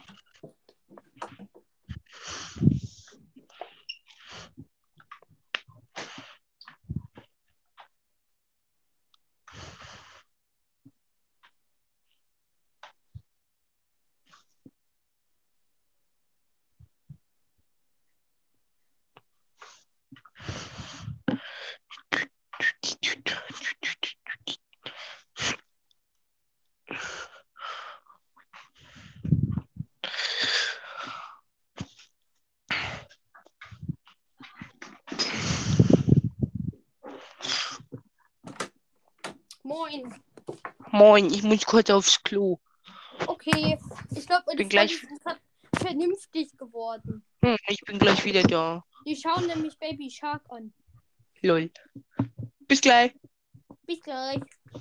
Moin. Moin, ich muss kurz aufs Klo. Okay, ich glaube, meine Bin gleich- Freunde sind grad vernünftig geworden. Ich bin gleich wieder da. Die schauen nämlich Baby Shark an. Lol. Bis gleich. Bis gleich.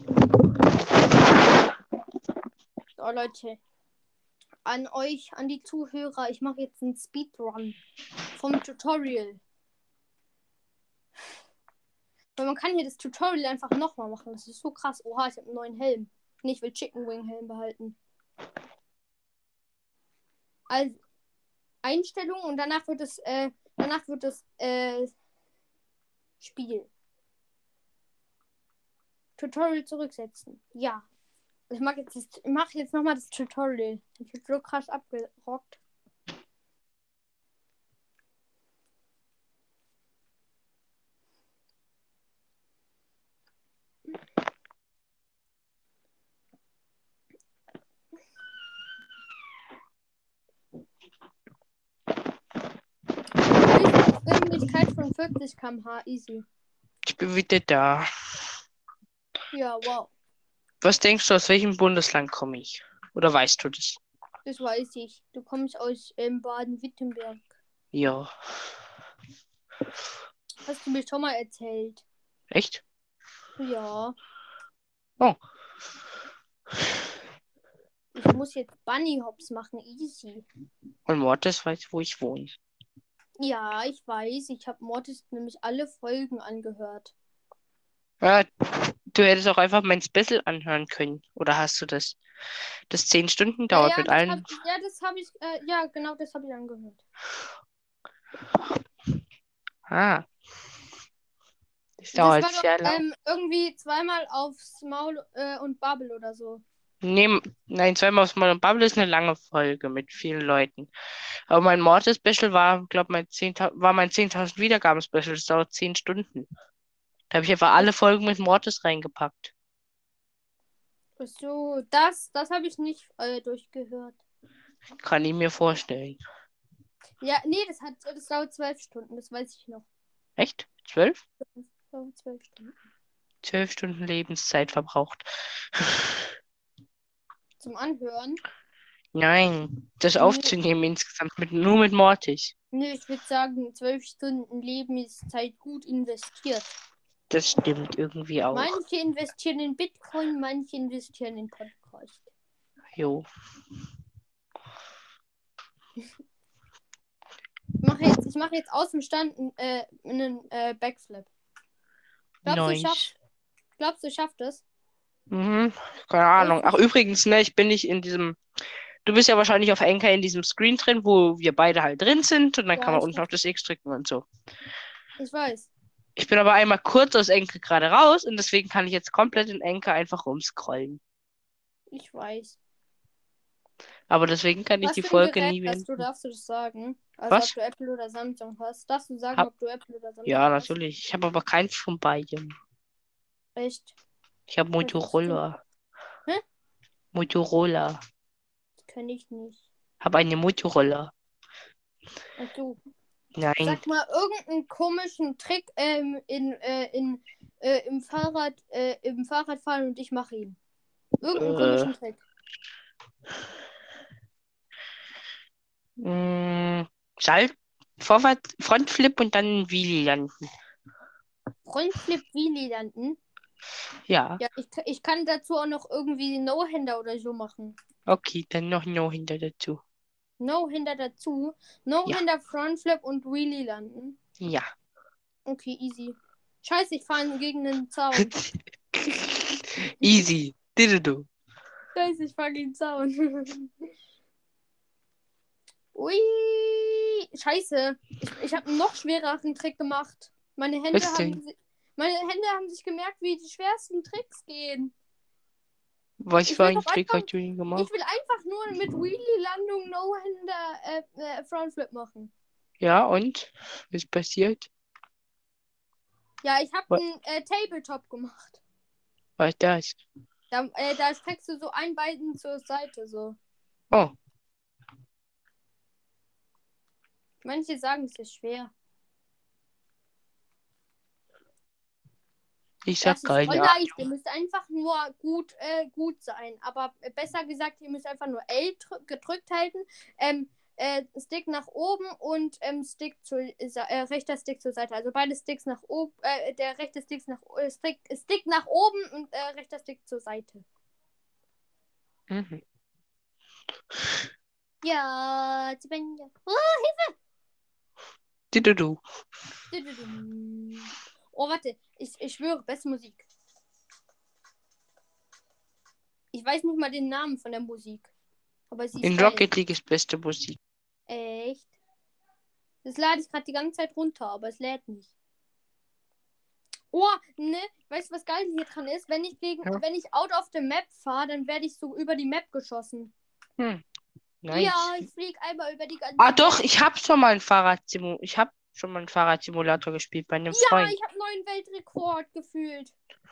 So, Leute. An euch, an die Zuhörer, ich mache jetzt einen Speedrun vom Tutorial. Weil man kann hier das Tutorial einfach nochmal machen. Das ist so krass. Oha, ich habe einen neuen Helm. Nee, ich will Chicken Wing Helm behalten. Also, Einstellungen und danach wird es Spiel. Tutorial zurücksetzen. Ja. Ich mache jetzt nochmal das Tutorial. Ich bin so krass abgerockt. 45 km/h, easy. Ich bin wieder da. Ja, wow. Was denkst du, aus welchem Bundesland komme ich? Oder weißt du das? Das weiß ich. Du kommst aus Baden-Württemberg. Ja. Hast du mir schon mal erzählt? Echt? Ja. Oh. Ich muss jetzt Bunny Hops machen, easy. Und Mortis weiß, wo ich wohne. Ja, ich weiß. Ich habe Mortis nämlich alle Folgen angehört. Ja, du hättest auch einfach mein Special anhören können. Oder hast du das? Das 10 Stunden Ja, dauert ja, mit das allen. das habe ich, ja, genau, das habe ich angehört. Ah. Das Das dauert war doch sehr lang. irgendwie zweimal aufs Maul und Bubble oder so. Nee, nein, zweimal aufs Mal und Bubble ist eine lange Folge mit vielen Leuten. Aber mein Mortis-Special war, glaube ich, mein 10.000 Wiedergaben-Special. Das dauert 10 Stunden. Da habe ich einfach alle Folgen mit Mortis reingepackt. Ach so, das habe ich nicht durchgehört. Kann ich mir vorstellen. Ja, nee, das dauert 12 Stunden, das weiß ich noch. Echt? 12? Das dauert 12 Stunden. 12 Stunden Lebenszeit verbraucht. Zum Anhören? Nein, das Nee. aufzunehmen insgesamt nur mit Mortis. Nee, ich würde sagen, 12 Stunden Lebenszeit gut investiert. Das stimmt irgendwie auch. Manche investieren in Bitcoin, manche investieren in Podcast. Jo. Ich mache jetzt aus dem Stand einen Backflip. Nice. Glaubst du, schafft es? Mhm. Keine Ahnung. Ach, übrigens, ne, ich bin nicht in diesem. Du bist ja wahrscheinlich auf Anchor in diesem Screen drin, wo wir beide halt drin sind und dann Ja, kann man ich unten auf das X drücken und so. Ich weiß. Ich bin aber einmal kurz aus Anchor gerade raus und deswegen kann ich jetzt komplett in Anchor einfach rumscrollen. Ich weiß. Aber deswegen kann ich Was die für ein Folge Gerät nie hast du? beenden. Darfst du das sagen? Also Was? ob du Apple oder Samsung hast. Darfst du sagen, Hab- ob du Apple oder Samsung Ja, hast? natürlich. Ich habe aber keins von beiden. Echt? Ich habe Was hast du? Motorola. Hä? Motorola. Das kenne ich nicht. Habe eine Motorola. Ach du. Nein. Sag mal irgendeinen komischen Trick im Fahrradfahren und ich mache ihn. Irgendeinen komischen Trick. Frontflip und dann Wheelie landen. Frontflip Wheelie landen. Ja. Ja, ich kann dazu auch noch irgendwie No-Hander oder so machen. Okay, dann noch No-Hinder dazu. No-Hander dazu. No-Hander, Frontflip und Wheelie landen. Ja. Okay, easy. Scheiße, ich fahre gegen einen Zaun. Easy. Du. Scheiße, ich fahre gegen den Zaun. Ui. Scheiße. Ich habe einen noch schwereren Trick gemacht. Meine Hände Was denn? haben sich gemerkt, wie die schwersten Tricks gehen. Was Ich für will ein doch Trick einfach- hast du denn gemacht? Ich will einfach nur mit Wheelie-Landung No-Hander Frontflip machen. Ja, und? Was ist passiert? Ja, ich habe Was? einen Tabletop gemacht. Was ist das? Da streckst du so ein Bein zur Seite, so. Oh, Manche sagen, es ist schwer. ich Das sag ist voll keine leicht. Ihr müsst einfach nur gut sein. Aber besser gesagt, ihr müsst einfach nur L gedrückt halten. Stick nach oben und rechter Stick zur Seite. Also beide Sticks nach oben. Der rechte Stick nach oben und rechter Stick zur Seite. Mhm. Ja, Svenja. Du. Oh, warte. Ich schwöre, beste Musik. Ich weiß nicht mal den Namen von der Musik. Aber sie ist In geil. Rocket League ist beste Musik. Echt? Das lade ich gerade die ganze Zeit runter, aber es lädt nicht. Oh, ne? Weißt du, was geil hier dran ist? Wenn ich out of the map fahre, dann werde ich so über die Map geschossen. Nice. Ja, ich fliege einmal über die ganze Ah, doch, Map. ich habe schon mal einen Fahrradsimulator gespielt bei einem Ja, Freund. ich habe neuen Weltrekord gefühlt.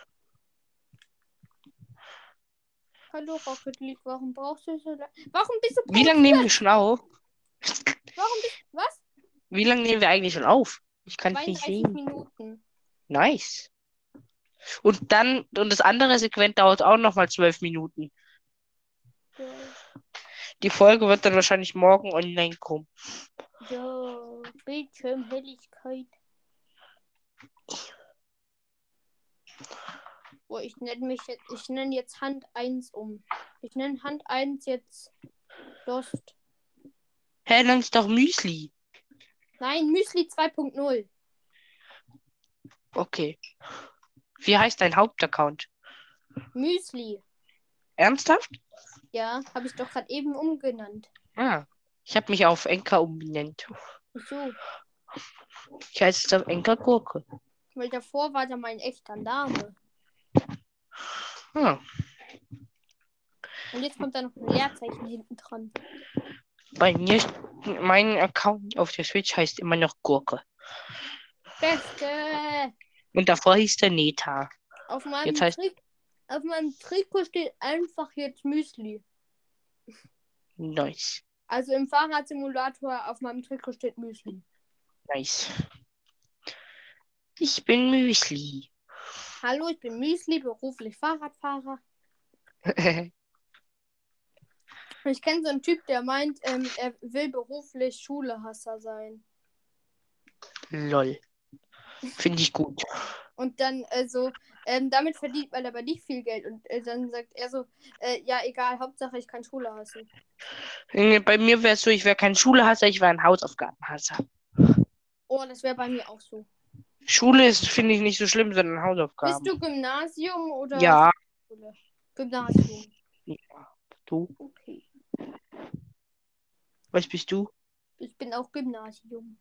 Hallo Rocket League, warum brauchst du so lange? Warum bist du Wie lange nehmen wir schon auf? Was? Wie lange nehmen wir eigentlich schon auf? Ich kann es nicht 32 sehen. Minuten. Nice. Und das andere Segment dauert auch nochmal 12 Minuten. Ja. Die Folge wird dann wahrscheinlich morgen online kommen. Ja, Bildschirmhelligkeit. Oh, ich nenne jetzt Hand 1 um. Ich nenne Hand 1 jetzt Lost. Hä, dann ist doch Müsli. Nein, Müsli 2.0. Okay. Wie heißt dein Hauptaccount? Müsli. Ernsthaft? Ja, habe ich doch gerade eben umgenannt. Ah. Ich habe mich auf Enker umbenannt. Wieso? Ich heiße jetzt auf Enker Gurke. Weil davor war da mein echter Name. Ah. Und jetzt kommt da noch ein Leerzeichen hinten dran. Bei mir, mein Account auf der Switch heißt immer noch Gurke. Beste! Und davor hieß der Neta. Auf Jetzt meinem, heißt auf meinem Trikot steht einfach jetzt Müsli. Nice. Also im Fahrradsimulator auf meinem Trikot steht Müsli. Nice. Ich bin Müsli. Hallo, ich bin Müsli, beruflich Fahrradfahrer. Ich kenne so einen Typ, der meint, er will beruflich Schulehasser sein. Lol. Finde ich gut. Und dann damit verdient man aber nicht viel Geld. Und dann sagt er so, ja egal, Hauptsache ich kann Schule hassen. Bei mir wäre es so, ich wäre kein Schulehasser, ich wäre ein Hausaufgabenhasser. Oh, das wäre bei mir auch so. Schule ist, finde ich, nicht so schlimm, sondern Bist Hausaufgaben. du Gymnasium oder Ja. Schule? Gymnasium. Ja. Du? Okay. Was bist du? Ich bin auch Gymnasium.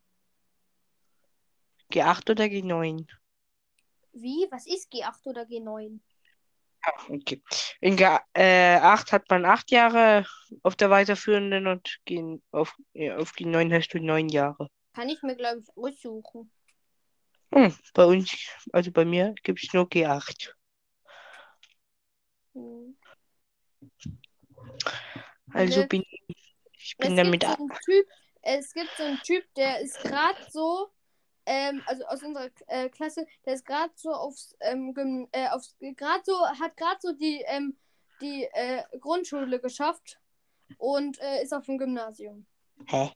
G8 oder G9? Wie? Was ist G8 oder G9? Okay. In G8 hat man 8 Jahre auf der weiterführenden und auf G9 hast du 9 Jahre. Kann ich mir, glaube ich, aussuchen. Bei uns, also bei mir, gibt es nur G8. Hm. Also Ne, bin ich bin damit es gibt so einen Typ, der ist gerade so, also aus unserer Klasse, der ist gerade so hat gerade so die Grundschule geschafft und ist auf dem Gymnasium. Hä?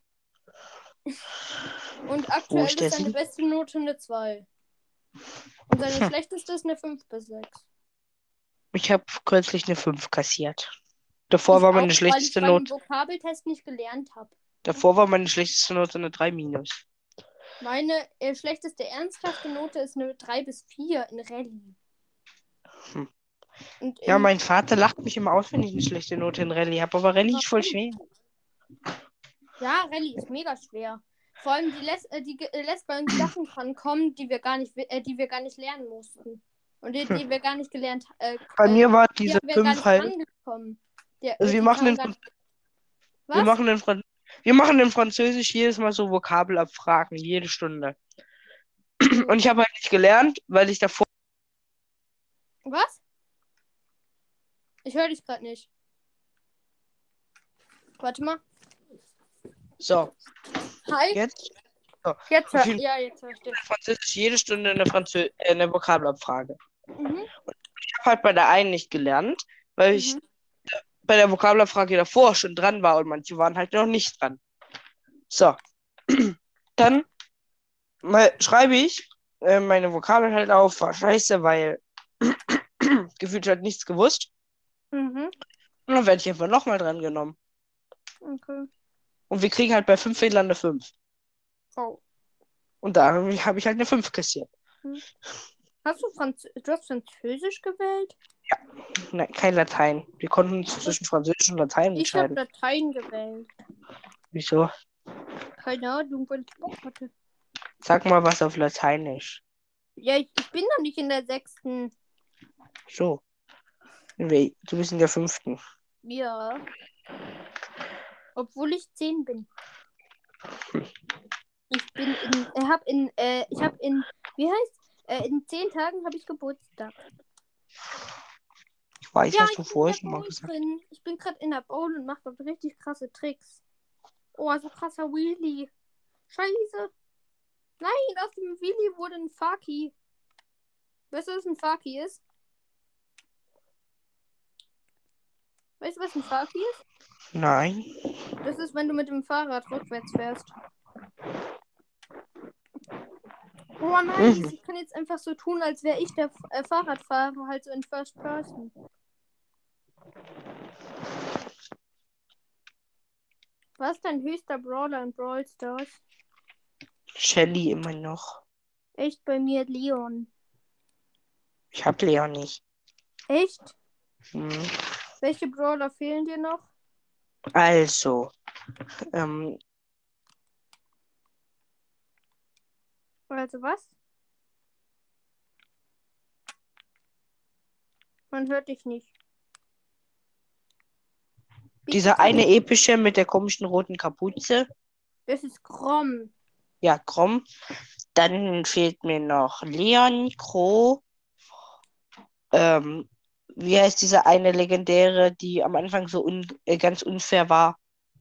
Und Wo aktuell ist der ist seine sie? beste Note eine 2. Und seine schlechteste ist eine 5 bis 6. Ich habe kürzlich eine 5 kassiert. Davor Ich war auch, meine weil ich schlechteste meinen Note. Vokabeltest nicht gelernt habe. Davor war meine schlechteste Note eine 3 minus. Meine schlechteste ernsthafte Note ist eine 3 bis 4 in Rallye. Hm. Und Ja, mein Vater lacht mich immer aus, wenn ich eine schlechte Note in Rallye habe, aber Rallye ist voll schwer. Ja, Rallye ist mega schwer. Vor allem die lässt bei uns Sachen drankommen, die wir gar nicht lernen mussten. Und die wir gar nicht gelernt Bei mir war die diese wir gar 5 nicht halt. rangekommen. Also Die kamen gar nicht. Was? Wir machen in Französisch jedes Mal so Vokabelabfragen, jede Stunde. Und ich habe halt nicht gelernt, weil ich davor. Was? Ich höre dich gerade nicht. Warte mal. So, Hi. jetzt. So. Jetzt Auf jeden höre ich dich. Fall Französisch jede Stunde eine Vokabelabfrage. Mhm. Ich habe halt bei der einen nicht gelernt, weil ich Mhm. bei der Vokabelabfrage davor schon dran war und manche waren halt noch nicht dran. So, dann schreibe ich meine Vokabeln halt auf, war scheiße, weil gefühlt halt nichts gewusst. Mhm. Und dann werde ich einfach nochmal dran genommen. Okay. Und wir kriegen halt bei 5 Fehlern eine 5. Oh. Und da habe ich halt eine 5 kassiert. Hast du Französisch gewählt? Nein, kein Latein. Wir konnten uns zwischen Französisch und Latein Ich habe entscheiden. Latein gewählt. Wieso? Keine Ahnung, weil ich Bock hatte. Sag mal was auf Lateinisch. Ja, ich bin noch nicht in der 6. So. Du bist in der 5. Ja. Obwohl ich 10 bin. In 10 Tagen habe ich Geburtstag. Ich weiß, Ja, hast ich du bin in vorher der schon mal Bowl gesagt. drin. Ich bin gerade in der Bowl und mache dort richtig krasse Tricks. Oh, so krasser Wheelie. Scheiße. Nein, aus dem Willi wurde ein Faki. Weißt du, was ein Faki ist? Weißt du, was ein Faki ist? Nein. Das ist, wenn du mit dem Fahrrad rückwärts fährst. Oh, nice. Mhm. Ich kann jetzt einfach so tun, als wäre ich der Fahrradfahrer, halt so in First Person. Was ist dein höchster Brawler in Brawl Stars? Shelly immer noch. Echt bei mir Leon. Ich hab Leon nicht. Echt? Hm. Welche Brawler fehlen dir noch? Also, Also was? Man hört dich nicht. dieser eine epische mit der komischen roten Kapuze. Das ist Grom. Ja, Grom. Dann fehlt mir noch Leon, Crow. Wie heißt diese eine legendäre, die am Anfang so ganz unfair war?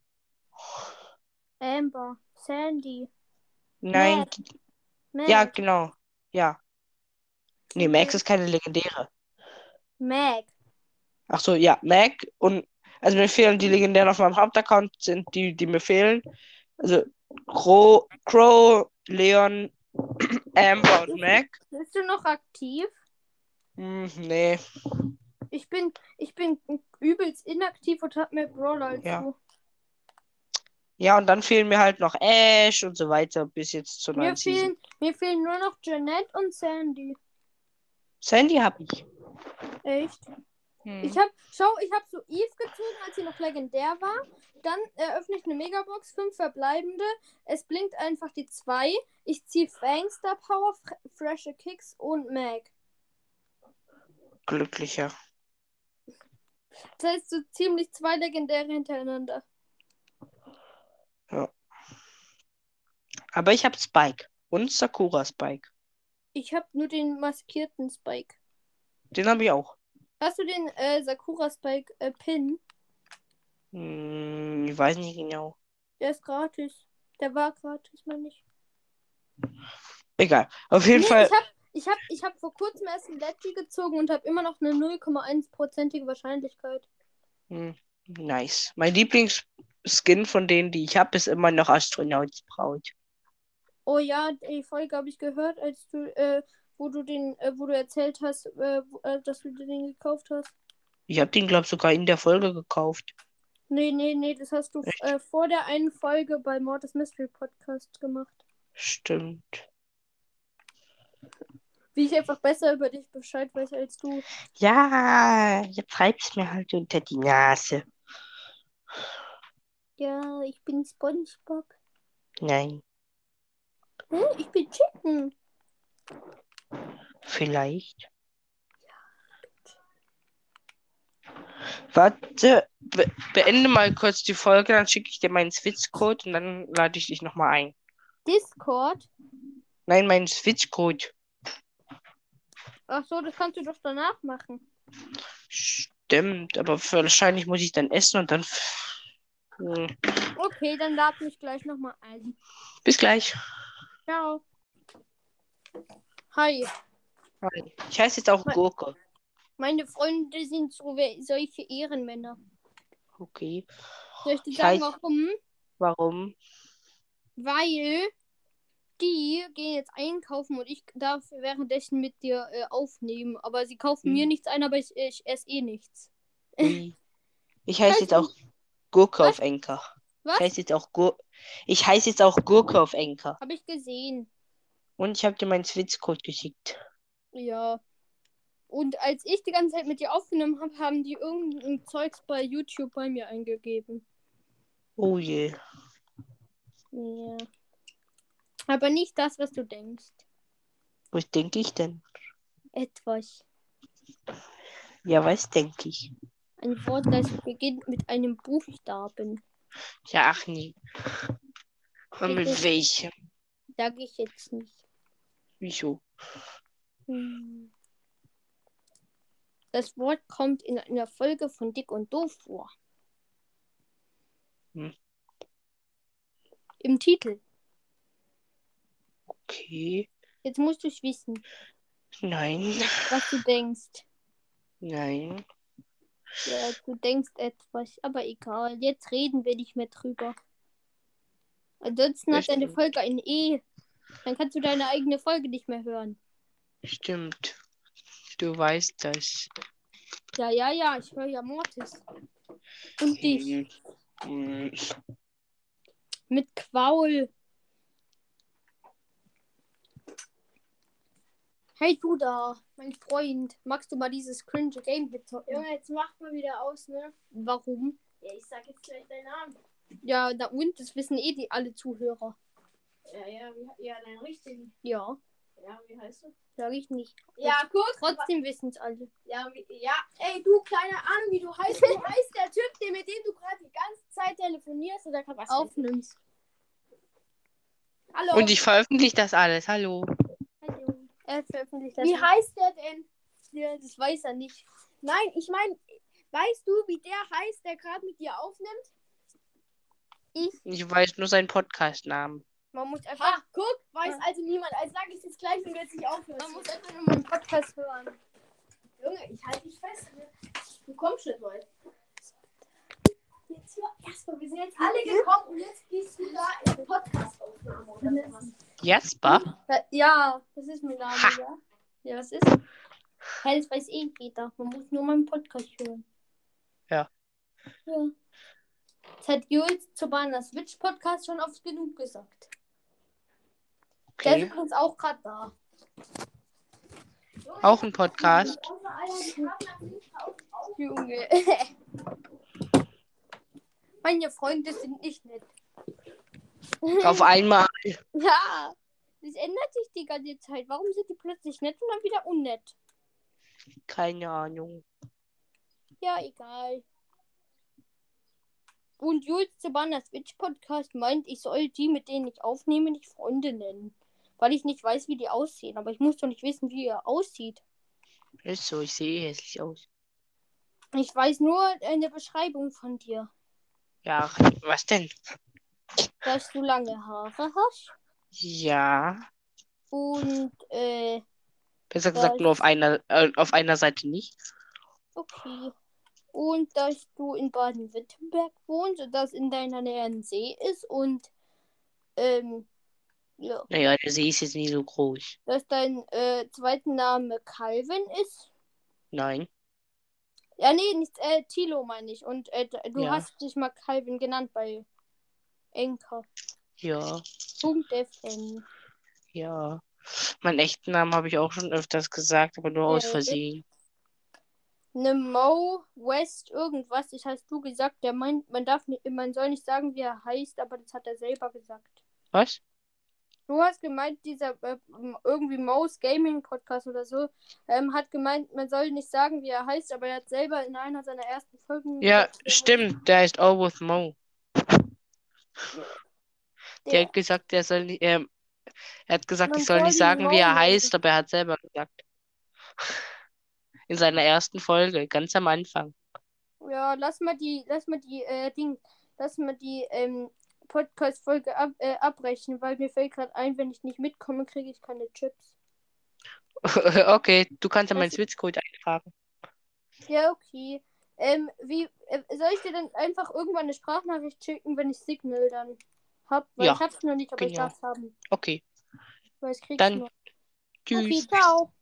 Amber. Sandy. Nein, Mac. ja, Mac. genau. Ja. Nee, Max ist keine legendäre. Mac. Ach so, ja, Mac. Und also mir fehlen die legendären auf meinem Hauptaccount, sind die mir fehlen. Also Crow, Leon, Amber und Mac. Bist du noch aktiv? Nee, Ich bin übelst inaktiv und hab mehr Brawler als ja. du. Ja, und dann fehlen mir halt noch Ash und so weiter bis jetzt zur neuen Season. Mir fehlen nur noch Jeanette und Sandy. Sandy hab ich. Echt? Hm. Ich hab so Eve gezogen, als sie noch legendär war. Dann eröffne ich eine Megabox, 5 verbleibende. Es blinkt einfach die 2. Ich ziehe Fangstar Power, frische Kicks und Mag. Glücklicher. Das heißt so ziemlich 2 legendäre hintereinander. Ja. Aber ich hab Spike und Sakura Spike. Ich habe nur den maskierten Spike. Den habe ich auch. Hast du den Sakura Spike Pin? Ich weiß nicht genau. Der ist gratis. Der war gratis, meine ich. Egal. Auf jeden Fall. Ich hab vor kurzem erst ein Leggy gezogen und habe immer noch eine 0,1%ige Wahrscheinlichkeit. Nice. Mein Lieblingsskin von denen, die ich habe, ist immer noch Astronautsbraut. Oh ja, die Folge habe ich gehört, als du, wo du erzählt hast, dass du den gekauft hast. Ich habe den, glaube ich, sogar in der Folge gekauft. Nee, das hast du Echt? vor der einen Folge bei Mortis Mystery Podcast gemacht. Stimmt. Wie ich einfach besser über dich Bescheid weiß als du. Ja, jetzt treibst mir halt unter die Nase. Ja, ich bin SpongeBob. Nein, Hä? Ich bin Chicken. vielleicht. Warte, beende mal kurz die Folge, dann schicke ich dir meinen Switch-Code und dann lade ich dich nochmal ein. Discord? Nein, meinen Switch-Code. Ach so, das kannst du doch danach machen. Stimmt, aber wahrscheinlich muss ich dann essen und dann. Okay, dann lad mich gleich nochmal ein. Bis gleich. Ciao. Hi. Ich heiße jetzt auch Gurke. Meine Freunde sind solche Ehrenmänner. Okay. Soll ich dir sagen, warum? Warum? Weil die gehen jetzt einkaufen und ich darf währenddessen mit dir aufnehmen. Aber sie kaufen mir nichts ein, aber ich esse eh nichts. Ui. Ich heiße jetzt auch Gurke auf Enker. Was? Ich heiße jetzt auch Gurke auf Enker. Habe ich gesehen. Und ich habe dir meinen Switch-Code geschickt. Ja. Und als ich die ganze Zeit mit dir aufgenommen habe, haben die irgendein Zeugs bei YouTube bei mir eingegeben. Oh je. Ja. Aber nicht das, was du denkst. Was denke ich denn? Etwas. Ja, was denke ich? Ein Wort, das beginnt mit einem Buchstaben. Ja, ach nee. Und mit Bitte. welchem? Sag ich jetzt nicht. Wieso? Das Wort kommt in einer Folge von Dick und Doof vor. Im Titel. Okay. Jetzt musst du es wissen, Nein. was du denkst. Nein. Ja, du denkst etwas, aber egal. Jetzt reden wir nicht mehr drüber. Ansonsten hat deine Stimmt. Folge ein E. Dann kannst du deine eigene Folge nicht mehr hören. Stimmt. Du weißt das. Ja, ich höre ja Mortis. Und dich. Hm. Mit Quaul. Hey du da, mein Freund. Magst du mal dieses cringe Game mit zocken? Junge, jetzt mach mal wieder aus, ne? Warum? Ja, ich sag jetzt gleich deinen Namen. Ja, na und? Das wissen die alle Zuhörer. Ja, deinen richtigen. Ja, Ja, wie heißt du? sag ich nicht. Ja, guck. Trotzdem wissen es alle. Ja, ey, du, keine Ahnung, wie du heißt. Du heißt der Typ, mit dem du gerade die ganze Zeit telefonierst oder was? Aufnimmst. Hallo. Und ich veröffentliche das alles. Hallo. Hallo. Er veröffentlicht das. Wie nicht. heißt der denn? Ja, das weiß er nicht. Nein, ich meine, weißt du, wie der heißt, der gerade mit dir aufnimmt? Ich weiß nur seinen Podcast-Namen. Man muss einfach, Ha, guck, weiß also niemand. Also sag ich jetzt gleich, wenn du jetzt nicht aufhörst. man muss einfach nur meinen Podcast hören. Junge, ich halte dich fest. Ne? Du kommst nicht weit. Jetzt hier erstmal, wir sind jetzt alle gekommen und jetzt gehst du da in die Podcast-Aufnahme oder was? Jasper? Ja, das ist mein Name, Ha. ja. Ja, was ist? Hey, das weiß eh jeder. Man muss nur meinen Podcast hören. Ja. Ja. Das hat Jules zu Bahn Switch Podcast schon oft genug gesagt. Der ist Okay. übrigens auch gerade da. Auch ein Podcast. Junge. Meine Freunde sind nicht nett. Auf einmal. Ja, das ändert sich die ganze Zeit. Warum sind die plötzlich nett und dann wieder unnett? Keine Ahnung. Ja, egal. Und Jules zu Bahn Switch Podcast meint, ich soll die, mit denen ich aufnehme, nicht Freunde nennen. Weil ich nicht weiß, wie die aussehen. Aber ich muss doch nicht wissen, wie er aussieht. Ist so, ich sehe hässlich aus. Ich weiß nur eine Beschreibung von dir. Ja, was denn? Dass du lange Haare hast. Ja. Und, Besser gesagt nur auf einer Seite nicht. okay. Und dass du in Baden-Württemberg wohnst und dass in deiner Nähe ein See ist. Und, ja. Naja, der See ist jetzt nicht so groß. Dass dein zweiter Name Calvin ist. Nein. Ja, nee, nicht Tilo meine ich. Und du Ja. hast dich mal Calvin genannt bei Enker. Ja. .fm. Ja. Meinen echten Namen habe ich auch schon öfters gesagt, aber nur aus Versehen. Ne Mo West irgendwas, das hast du gesagt, der meint, man soll nicht sagen, wie er heißt, aber das hat er selber gesagt. Was? Du hast gemeint, dieser irgendwie Mo's Gaming Podcast oder so, hat gemeint, man soll nicht sagen, wie er heißt, aber er hat selber in einer seiner ersten Folgen Ja, gesagt, stimmt. Der heißt All with Mo. Der der hat gesagt, er soll nicht, er hat gesagt, Man ich soll soll nicht ihn sagen, wie er Mo heißt, aber er hat selber gesagt. In seiner ersten Folge, ganz am Anfang. Ja, lass mal die Podcast-Folge abbrechen, weil mir fällt gerade ein, wenn ich nicht mitkomme, kriege ich keine Chips. Okay, du kannst ja meinen Das- Switch-Code eintragen. Ja, okay. Soll ich dir dann einfach irgendwann eine Sprachnachricht schicken, wenn ich Signal dann hab? Weil Ja, ich hab's noch nicht, aber ich genau. darf's haben. Okay, Weil ich krieg's dann nur. tschüss. Okay, ciao.